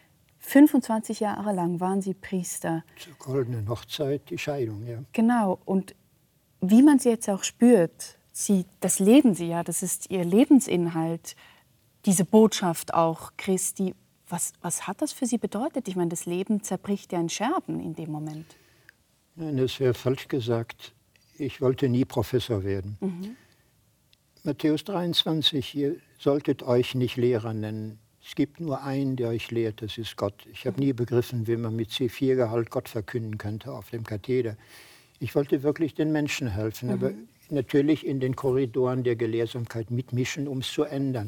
25 Jahre lang waren Sie Priester. Zur goldenen Hochzeit, die Scheidung, ja. Genau. Und wie man Sie jetzt auch spürt, das leben Sie ja, das ist Ihr Lebensinhalt, diese Botschaft auch Christi. Was hat das für Sie bedeutet? Ich meine, das Leben zerbricht ja in Scherben in dem Moment. Nein, das wäre falsch gesagt. Ich wollte nie Professor werden. Matthäus 23, ihr solltet euch nicht Lehrer nennen. Es gibt nur einen, der euch lehrt, das ist Gott. Ich habe nie begriffen, wie man mit C4-Gehalt Gott verkünden könnte auf dem Katheder. Ich wollte wirklich den Menschen helfen, aber natürlich in den Korridoren der Gelehrsamkeit mitmischen, um es zu ändern.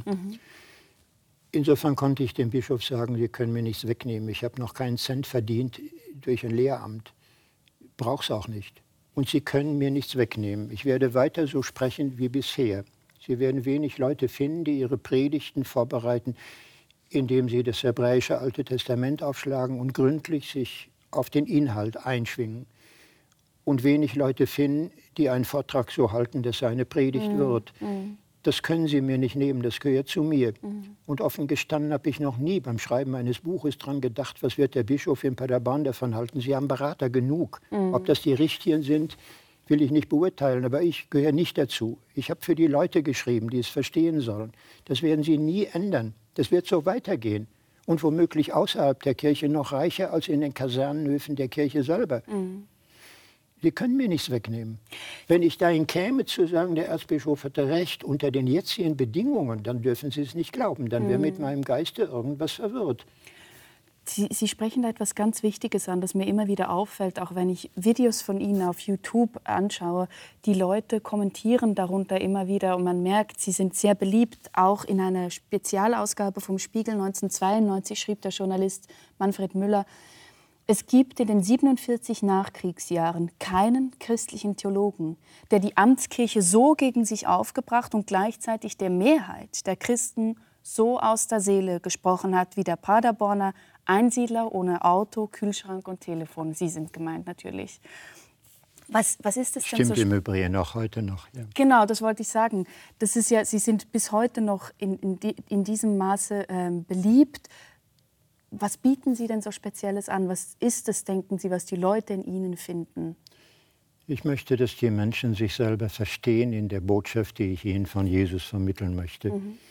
Insofern konnte ich dem Bischof sagen, Sie können mir nichts wegnehmen. Ich habe noch keinen Cent verdient durch ein Lehramt. Brauche es auch nicht. Und Sie können mir nichts wegnehmen. Ich werde weiter so sprechen wie bisher. Sie werden wenig Leute finden, die ihre Predigten vorbereiten, indem sie das hebräische Alte Testament aufschlagen und gründlich sich auf den Inhalt einschwingen. Und wenig Leute finden, die einen Vortrag so halten, dass seine Predigt wird. Das können Sie mir nicht nehmen, das gehört zu mir. Und offen gestanden habe ich noch nie beim Schreiben eines Buches dran gedacht, was wird der Bischof in Paderborn davon halten. Sie haben Berater genug. Ob das die Richtigen sind, will ich nicht beurteilen, aber ich gehöre nicht dazu. Ich habe für die Leute geschrieben, die es verstehen sollen. Das werden Sie nie ändern. Das wird so weitergehen. Und womöglich außerhalb der Kirche noch reicher als in den Kasernenhöfen der Kirche selber. Sie können mir nichts wegnehmen. Wenn ich dahin käme zu sagen, der Erzbischof hatte recht, unter den jetzigen Bedingungen, dann dürfen Sie es nicht glauben. Dann wäre mit meinem Geiste irgendwas verwirrt. Sie sprechen da etwas ganz Wichtiges an, das mir immer wieder auffällt, auch wenn ich Videos von Ihnen auf YouTube anschaue. Die Leute kommentieren darunter immer wieder und man merkt, Sie sind sehr beliebt. Auch in einer Spezialausgabe vom Spiegel 1992 schrieb der Journalist Manfred Müller, es gibt in den 47 Nachkriegsjahren keinen christlichen Theologen, der die Amtskirche so gegen sich aufgebracht und gleichzeitig der Mehrheit der Christen so aus der Seele gesprochen hat wie der Paderborner Einsiedler ohne Auto, Kühlschrank und Telefon. Sie sind gemeint natürlich. Was ist das denn Stimmt im Übrigen auch heute noch. Ja. Genau, das wollte ich sagen. Das ist ja, Sie sind bis heute noch in diesem Maße beliebt. Was bieten Sie denn so Spezielles an? Was ist es, denken Sie, was die Leute in Ihnen finden? Ich möchte, dass die Menschen sich selber verstehen in der Botschaft, die ich ihnen von Jesus vermitteln möchte.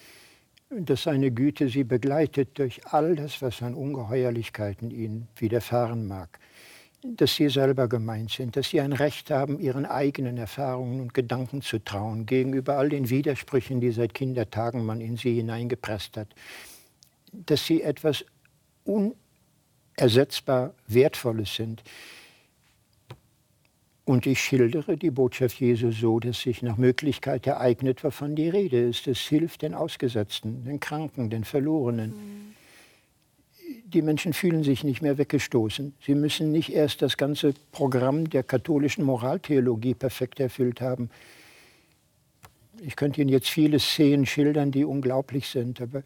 Dass seine Güte sie begleitet durch all das, was an Ungeheuerlichkeiten ihnen widerfahren mag. Dass sie selber gemeint sind, dass sie ein Recht haben, ihren eigenen Erfahrungen und Gedanken zu trauen, gegenüber all den Widersprüchen, die seit Kindertagen man in sie hineingepresst hat. Dass sie etwas unersetzbar Wertvolles sind. Und ich schildere die Botschaft Jesu so, dass sich nach Möglichkeit ereignet, wovon die Rede ist. Es hilft den Ausgesetzten, den Kranken, den Verlorenen. Die Menschen fühlen sich nicht mehr weggestoßen. Sie müssen nicht erst das ganze Programm der katholischen Moraltheologie perfekt erfüllt haben. Ich könnte Ihnen jetzt viele Szenen schildern, die unglaublich sind, aber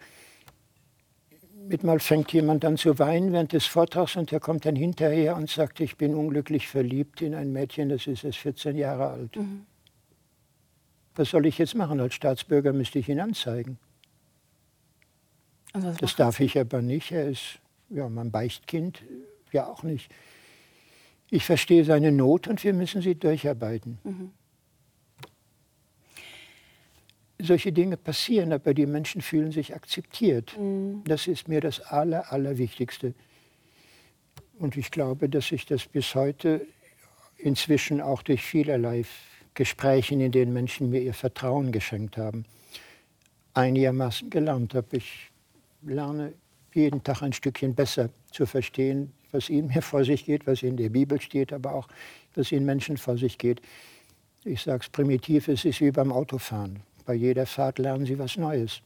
Mal fängt jemand an zu weinen während des Vortrags und der kommt dann hinterher und sagt, ich bin unglücklich verliebt in ein Mädchen, das ist erst 14 Jahre alt. Was soll ich jetzt machen? Als Staatsbürger müsste ich ihn anzeigen. Also das darf ich aber nicht. Er ist mein Beichtkind, ja auch nicht. Ich verstehe seine Not und wir müssen sie durcharbeiten. Solche Dinge passieren, aber die Menschen fühlen sich akzeptiert. Das ist mir das Allerwichtigste. Und ich glaube, dass ich das bis heute inzwischen auch durch vielerlei Gespräche, in denen Menschen mir ihr Vertrauen geschenkt haben, einigermaßen gelernt habe. Ich lerne jeden Tag ein Stückchen besser zu verstehen, was in mir vor sich geht, was in der Bibel steht, aber auch, was in Menschen vor sich geht. Ich sage es primitiv, es ist wie beim Autofahren. Bei jeder Fahrt lernen Sie was Neues.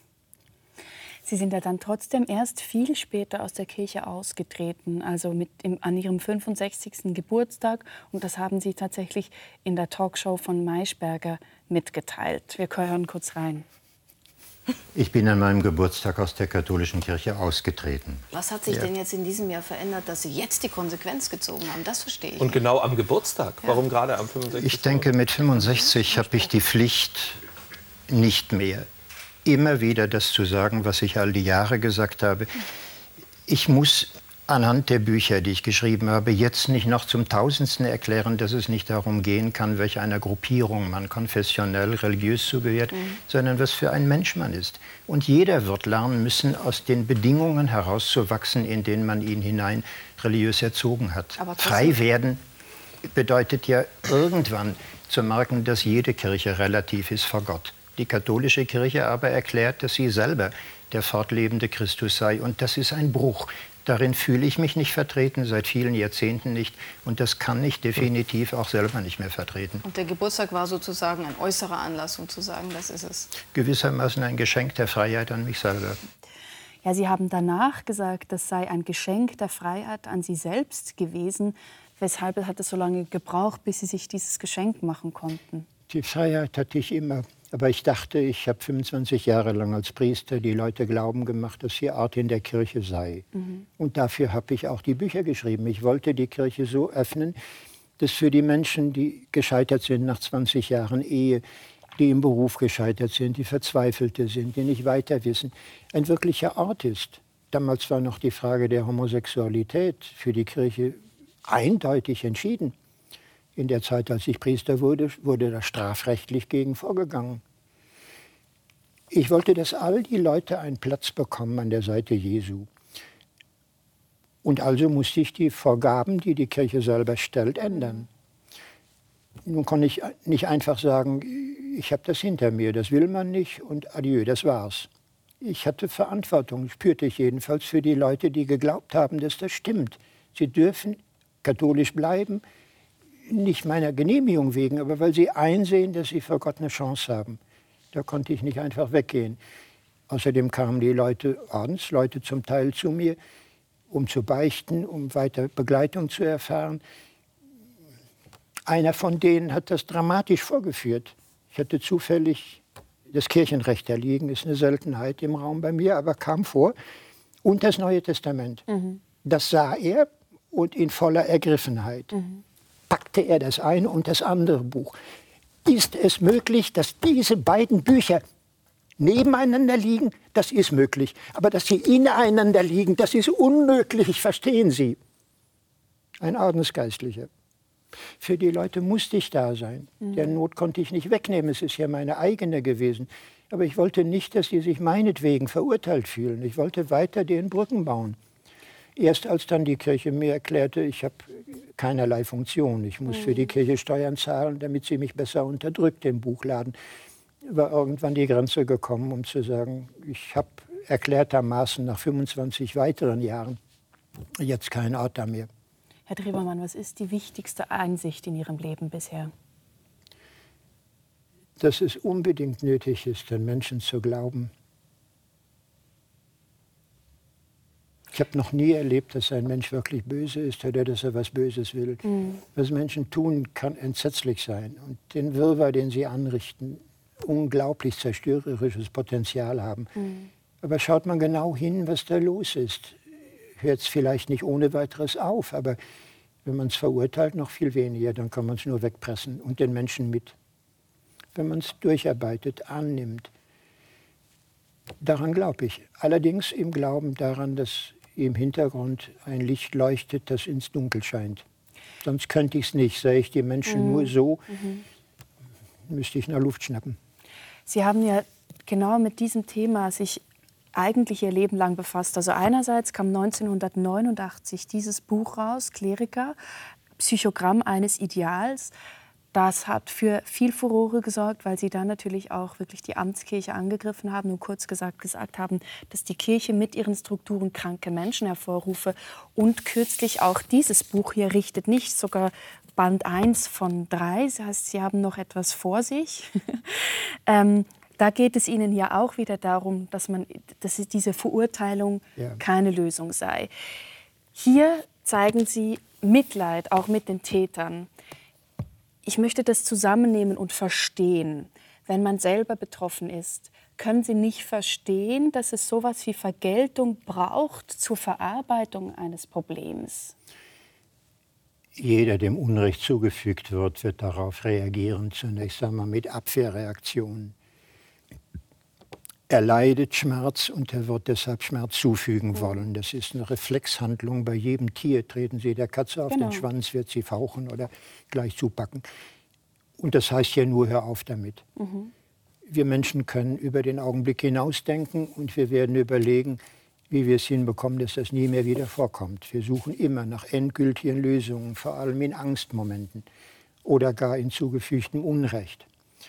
Sie sind ja dann trotzdem erst viel später aus der Kirche ausgetreten, also an Ihrem 65. Geburtstag. Und das haben Sie tatsächlich in der Talkshow von Maischberger mitgeteilt. Wir hören kurz rein. Ich bin an meinem Geburtstag aus der katholischen Kirche ausgetreten. Was hat sich denn jetzt in diesem Jahr verändert, dass Sie jetzt die Konsequenz gezogen haben? Das verstehe ich. Und genau am Geburtstag? Ja. Warum gerade am 65.? Ich denke, mit 65 habe ich die Pflicht, nicht mehr immer wieder das zu sagen, was ich all die Jahre gesagt habe. Ich muss anhand der Bücher, die ich geschrieben habe, jetzt nicht noch zum Tausendsten erklären, dass es nicht darum gehen kann, welch einer Gruppierung man konfessionell, religiös zugehört, sondern was für ein Mensch man ist. Und jeder wird lernen müssen, aus den Bedingungen herauszuwachsen, in denen man ihn hinein religiös erzogen hat. Frei werden bedeutet ja irgendwann zu merken, dass jede Kirche relativ ist vor Gott. Die katholische Kirche aber erklärt, dass sie selber der fortlebende Christus sei. Und das ist ein Bruch. Darin fühle ich mich nicht vertreten, seit vielen Jahrzehnten nicht. Und das kann ich definitiv auch selber nicht mehr vertreten. Und der Geburtstag war sozusagen ein äußerer Anlass, um zu sagen, das ist es? Gewissermaßen ein Geschenk der Freiheit an mich selber. Ja, Sie haben danach gesagt, das sei ein Geschenk der Freiheit an Sie selbst gewesen. Weshalb hat es so lange gebraucht, bis Sie sich dieses Geschenk machen konnten? Die Freiheit hatte ich immer. Aber ich dachte, ich habe 25 Jahre lang als Priester die Leute glauben gemacht, dass hier Art in der Kirche sei. Und dafür habe ich auch die Bücher geschrieben. Ich wollte die Kirche so öffnen, dass für die Menschen, die gescheitert sind nach 20 Jahren Ehe, die im Beruf gescheitert sind, die Verzweifelte sind, die nicht weiter wissen, ein wirklicher Ort ist. Damals war noch die Frage der Homosexualität für die Kirche eindeutig entschieden. In der Zeit, als ich Priester wurde, wurde da strafrechtlich gegen vorgegangen. Ich wollte, dass all die Leute einen Platz bekommen an der Seite Jesu. Und also musste ich die Vorgaben, die die Kirche selber stellt, ändern. Nun kann ich nicht einfach sagen, ich habe das hinter mir, das will man nicht und adieu, das war's. Ich hatte Verantwortung, spürte ich jedenfalls, für die Leute, die geglaubt haben, dass das stimmt. Sie dürfen katholisch bleiben, nicht meiner Genehmigung wegen, aber weil sie einsehen, dass sie vor Gott eine Chance haben. Da konnte ich nicht einfach weggehen. Außerdem kamen die Ordensleute zum Teil zu mir, um zu beichten, um weiter Begleitung zu erfahren. Einer von denen hat das dramatisch vorgeführt. Ich hatte zufällig das Kirchenrecht erliegen, ist eine Seltenheit im Raum bei mir, aber kam vor. Und das Neue Testament. Das sah er und in voller Ergriffenheit. Packte er das eine und das andere Buch. Ist es möglich, dass diese beiden Bücher nebeneinander liegen? Das ist möglich. Aber dass sie ineinander liegen, das ist unmöglich, verstehen Sie? Ein Ordensgeistlicher. Für die Leute musste ich da sein. Der Not konnte ich nicht wegnehmen, es ist ja meine eigene gewesen. Aber ich wollte nicht, dass sie sich meinetwegen verurteilt fühlen. Ich wollte weiter den Brücken bauen. Erst als dann die Kirche mir erklärte, ich habe keinerlei Funktion, ich muss für die Kirche Steuern zahlen, damit sie mich besser unterdrückt im Buchladen, war irgendwann die Grenze gekommen, um zu sagen, ich habe erklärtermaßen nach 25 weiteren Jahren jetzt keinen Ort da mehr. Herr Drewermann, was ist die wichtigste Einsicht in Ihrem Leben bisher? Dass es unbedingt nötig ist, den Menschen zu glauben. Ich habe noch nie erlebt, dass ein Mensch wirklich böse ist oder dass er was Böses will. Was Menschen tun, kann entsetzlich sein. Und den Wirrwarr, den sie anrichten, unglaublich zerstörerisches Potenzial haben. Aber schaut man genau hin, was da los ist, hört es vielleicht nicht ohne weiteres auf. Aber wenn man es verurteilt, noch viel weniger, dann kann man es nur wegpressen und den Menschen mit. Wenn man es durcharbeitet, annimmt. Daran glaube ich. Allerdings im Glauben daran, dass im Hintergrund ein Licht leuchtet, das ins Dunkel scheint. Sonst könnte ich es nicht. Sähe ich die Menschen nur so, müsste ich nach Luft schnappen. Sie haben ja genau mit diesem Thema sich eigentlich Ihr Leben lang befasst. Also einerseits kam 1989 dieses Buch raus, Kleriker, Psychogramm eines Ideals. Das hat für viel Furore gesorgt, weil Sie dann natürlich auch wirklich die Amtskirche angegriffen haben und kurz gesagt haben, dass die Kirche mit ihren Strukturen kranke Menschen hervorrufe. Und kürzlich auch dieses Buch hier richtet nicht, sogar Band 1 von 3, das heißt, Sie haben noch etwas vor sich. Da geht es Ihnen ja auch wieder darum, dass diese Verurteilung keine Lösung sei. Hier zeigen Sie Mitleid, auch mit den Tätern. Ich möchte das zusammennehmen und verstehen. Wenn man selber betroffen ist, können Sie nicht verstehen, dass es sowas wie Vergeltung braucht zur Verarbeitung eines Problems? Jeder, dem Unrecht zugefügt wird, wird darauf reagieren, zunächst einmal mit Abwehrreaktionen. Er leidet Schmerz und er wird deshalb Schmerz zufügen wollen. Das ist eine Reflexhandlung bei jedem Tier. Treten Sie der Katze auf den Schwanz, wird sie fauchen oder gleich zupacken. Und das heißt ja nur, hör auf damit. Wir Menschen können über den Augenblick hinausdenken und wir werden überlegen, wie wir es hinbekommen, dass das nie mehr wieder vorkommt. Wir suchen immer nach endgültigen Lösungen, vor allem in Angstmomenten oder gar in zugefügtem Unrecht.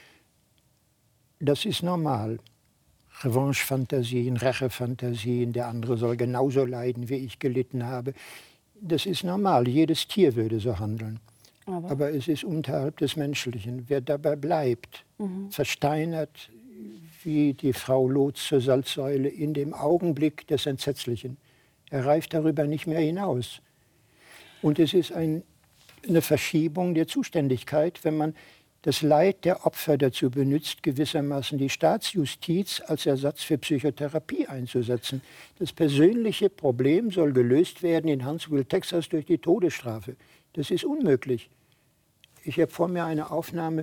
Das ist normal. Revanche-Fantasien, Rache-Fantasien, der andere soll genauso leiden, wie ich gelitten habe. Das ist normal, jedes Tier würde so handeln. Aber es ist unterhalb des Menschlichen. Wer dabei bleibt, versteinert wie die Frau Lot zur Salzsäule in dem Augenblick des Entsetzlichen. Er reift darüber nicht mehr hinaus. Und es ist eine Verschiebung der Zuständigkeit, wenn man das Leid der Opfer dazu benutzt, gewissermaßen die Staatsjustiz als Ersatz für Psychotherapie einzusetzen. Das persönliche Problem soll gelöst werden in Huntsville, Texas, durch die Todesstrafe. Das ist unmöglich. Ich habe vor mir eine Aufnahme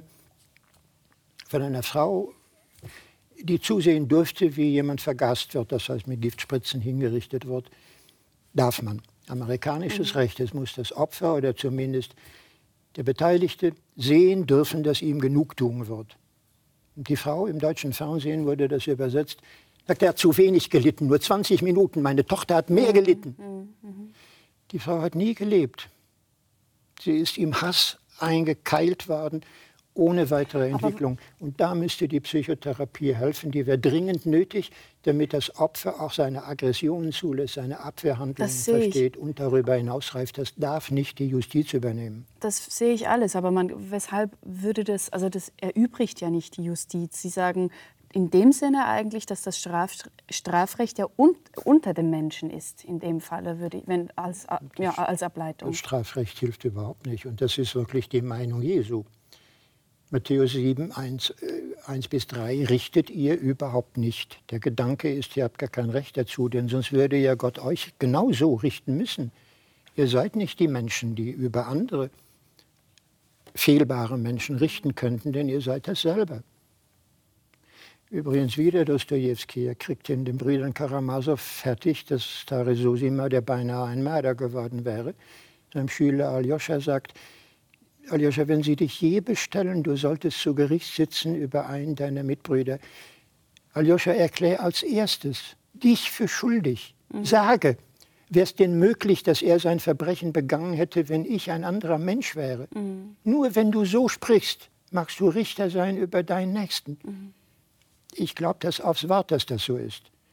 von einer Frau, die zusehen durfte, wie jemand vergast wird, das heißt mit Giftspritzen hingerichtet wird. Darf man. Amerikanisches Recht. Es muss das Opfer oder zumindest der Beteiligte sehen dürfen, dass ihm Genugtuung wird. Und die Frau im deutschen Fernsehen wurde das übersetzt, sagt, er hat zu wenig gelitten, nur 20 Minuten, meine Tochter hat mehr gelitten. Die Frau hat nie gelebt. Sie ist im Hass eingekeilt worden, ohne weitere Entwicklung. Und da müsste die Psychotherapie helfen, die wäre dringend nötig, damit das Opfer auch seine Aggressionen zulässt, seine Abwehrhandlungen versteht und darüber hinausreift. Das darf nicht die Justiz übernehmen. Das sehe ich alles, aber weshalb würde das, also das erübrigt ja nicht die Justiz. Sie sagen in dem Sinne eigentlich, dass das Strafrecht ja unter dem Menschen ist, in dem Falle, als Ableitung. Das Strafrecht hilft überhaupt nicht und das ist wirklich die Meinung Jesu. Matthäus 7, 1 bis 3, richtet ihr überhaupt nicht. Der Gedanke ist, ihr habt gar kein Recht dazu, denn sonst würde ja Gott euch genauso richten müssen. Ihr seid nicht die Menschen, die über andere fehlbare Menschen richten könnten, denn ihr seid das selber. Übrigens wieder Dostojewski, er kriegt in den Brüdern Karamasow fertig, dass Stare Zosima, der beinahe ein Mörder geworden wäre. Sein Schüler Aljoscha sagt, Aljoscha, wenn sie dich je bestellen, du solltest zu Gericht sitzen über einen deiner Mitbrüder. Aljoscha, erklär als erstes dich für schuldig. Sage, wäre es denn möglich, dass er sein Verbrechen begangen hätte, wenn ich ein anderer Mensch wäre? Nur wenn du so sprichst, magst du Richter sein über deinen Nächsten. Ich glaube das aufs Wort, dass das so ist.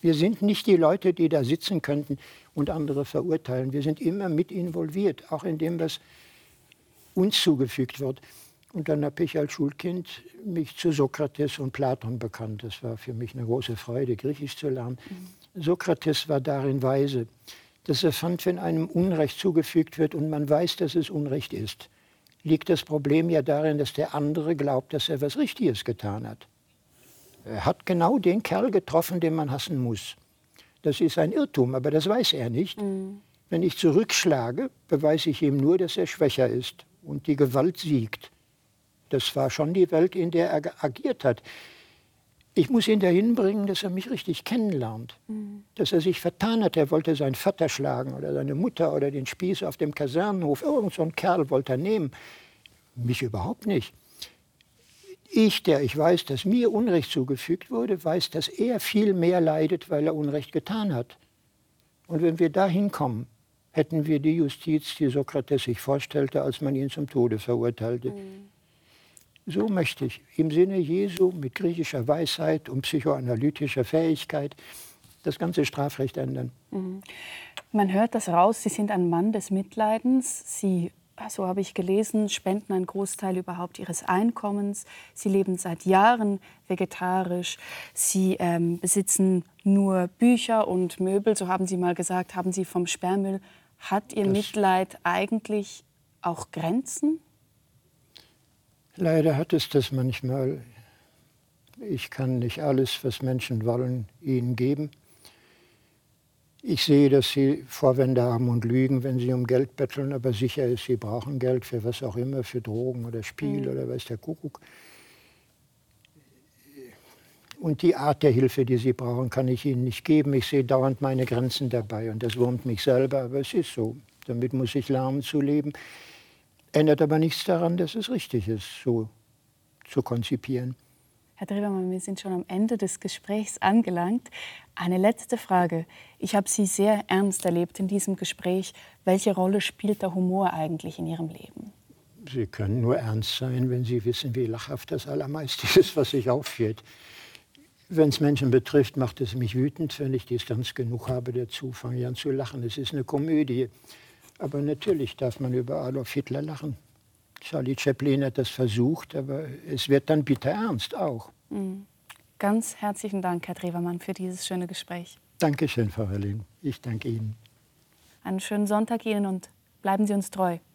Wir sind nicht die Leute, die da sitzen könnten und andere verurteilen. Wir sind immer mit involviert, auch in dem, was uns zugefügt wird. Und dann habe ich als Schulkind mich zu Sokrates und Platon bekannt. Das war für mich eine große Freude, Griechisch zu lernen. Sokrates war darin weise, dass er fand, wenn einem Unrecht zugefügt wird und man weiß, dass es Unrecht ist, liegt das Problem ja darin, dass der andere glaubt, dass er was Richtiges getan hat. Er hat genau den Kerl getroffen, den man hassen muss. Das ist ein Irrtum, aber das weiß er nicht. Wenn ich zurückschlage, beweise ich ihm nur, dass er schwächer ist und die Gewalt siegt. Das war schon die Welt, in der er agiert hat. Ich muss ihn dahin bringen, dass er mich richtig kennenlernt. Dass er sich vertan hat. Er wollte seinen Vater schlagen oder seine Mutter oder den Spieß auf dem Kasernenhof. Irgend so einen Kerl wollte er nehmen. Mich überhaupt nicht. Ich weiß, dass mir Unrecht zugefügt wurde, weiß, dass er viel mehr leidet, weil er Unrecht getan hat. Und wenn wir da hinkommen, hätten wir die Justiz, die Sokrates sich vorstellte, als man ihn zum Tode verurteilte. So möchte ich im Sinne Jesu mit griechischer Weisheit und psychoanalytischer Fähigkeit das ganze Strafrecht ändern. Man hört das raus, Sie sind ein Mann des Mitleidens. Sie, so habe ich gelesen, spenden einen Großteil überhaupt Ihres Einkommens. Sie leben seit Jahren vegetarisch. Sie besitzen nur Bücher und Möbel, so haben Sie mal gesagt, haben Sie vom Sperrmüll. Hat Ihr Mitleid eigentlich auch Grenzen? Leider hat es das manchmal. Ich kann nicht alles, was Menschen wollen, ihnen geben. Ich sehe, dass sie Vorwände haben und lügen, wenn sie um Geld betteln, aber sicher ist, sie brauchen Geld für was auch immer, für Drogen oder Spiel oder weiß der Kuckuck. Und die Art der Hilfe, die sie brauchen, kann ich ihnen nicht geben. Ich sehe dauernd meine Grenzen dabei und das wurmt mich selber, aber es ist so. Damit muss ich lernen zu leben. Ändert aber nichts daran, dass es richtig ist, so zu konzipieren. Herr Drewermann, wir sind schon am Ende des Gesprächs angelangt. Eine letzte Frage. Ich habe Sie sehr ernst erlebt in diesem Gespräch. Welche Rolle spielt der Humor eigentlich in Ihrem Leben? Sie können nur ernst sein, wenn Sie wissen, wie lachhaft das Allermeiste ist, was sich aufführt. Wenn es Menschen betrifft, macht es mich wütend. Wenn ich Distanz genug habe dazu, fange ich an zu lachen. Es ist eine Komödie. Aber natürlich darf man über Adolf Hitler lachen. Charlie Chaplin hat das versucht, aber es wird dann bitter ernst auch. Ganz herzlichen Dank, Herr Drewermann, für dieses schöne Gespräch. Dankeschön, Frau Herrling. Ich danke Ihnen. Einen schönen Sonntag Ihnen und bleiben Sie uns treu.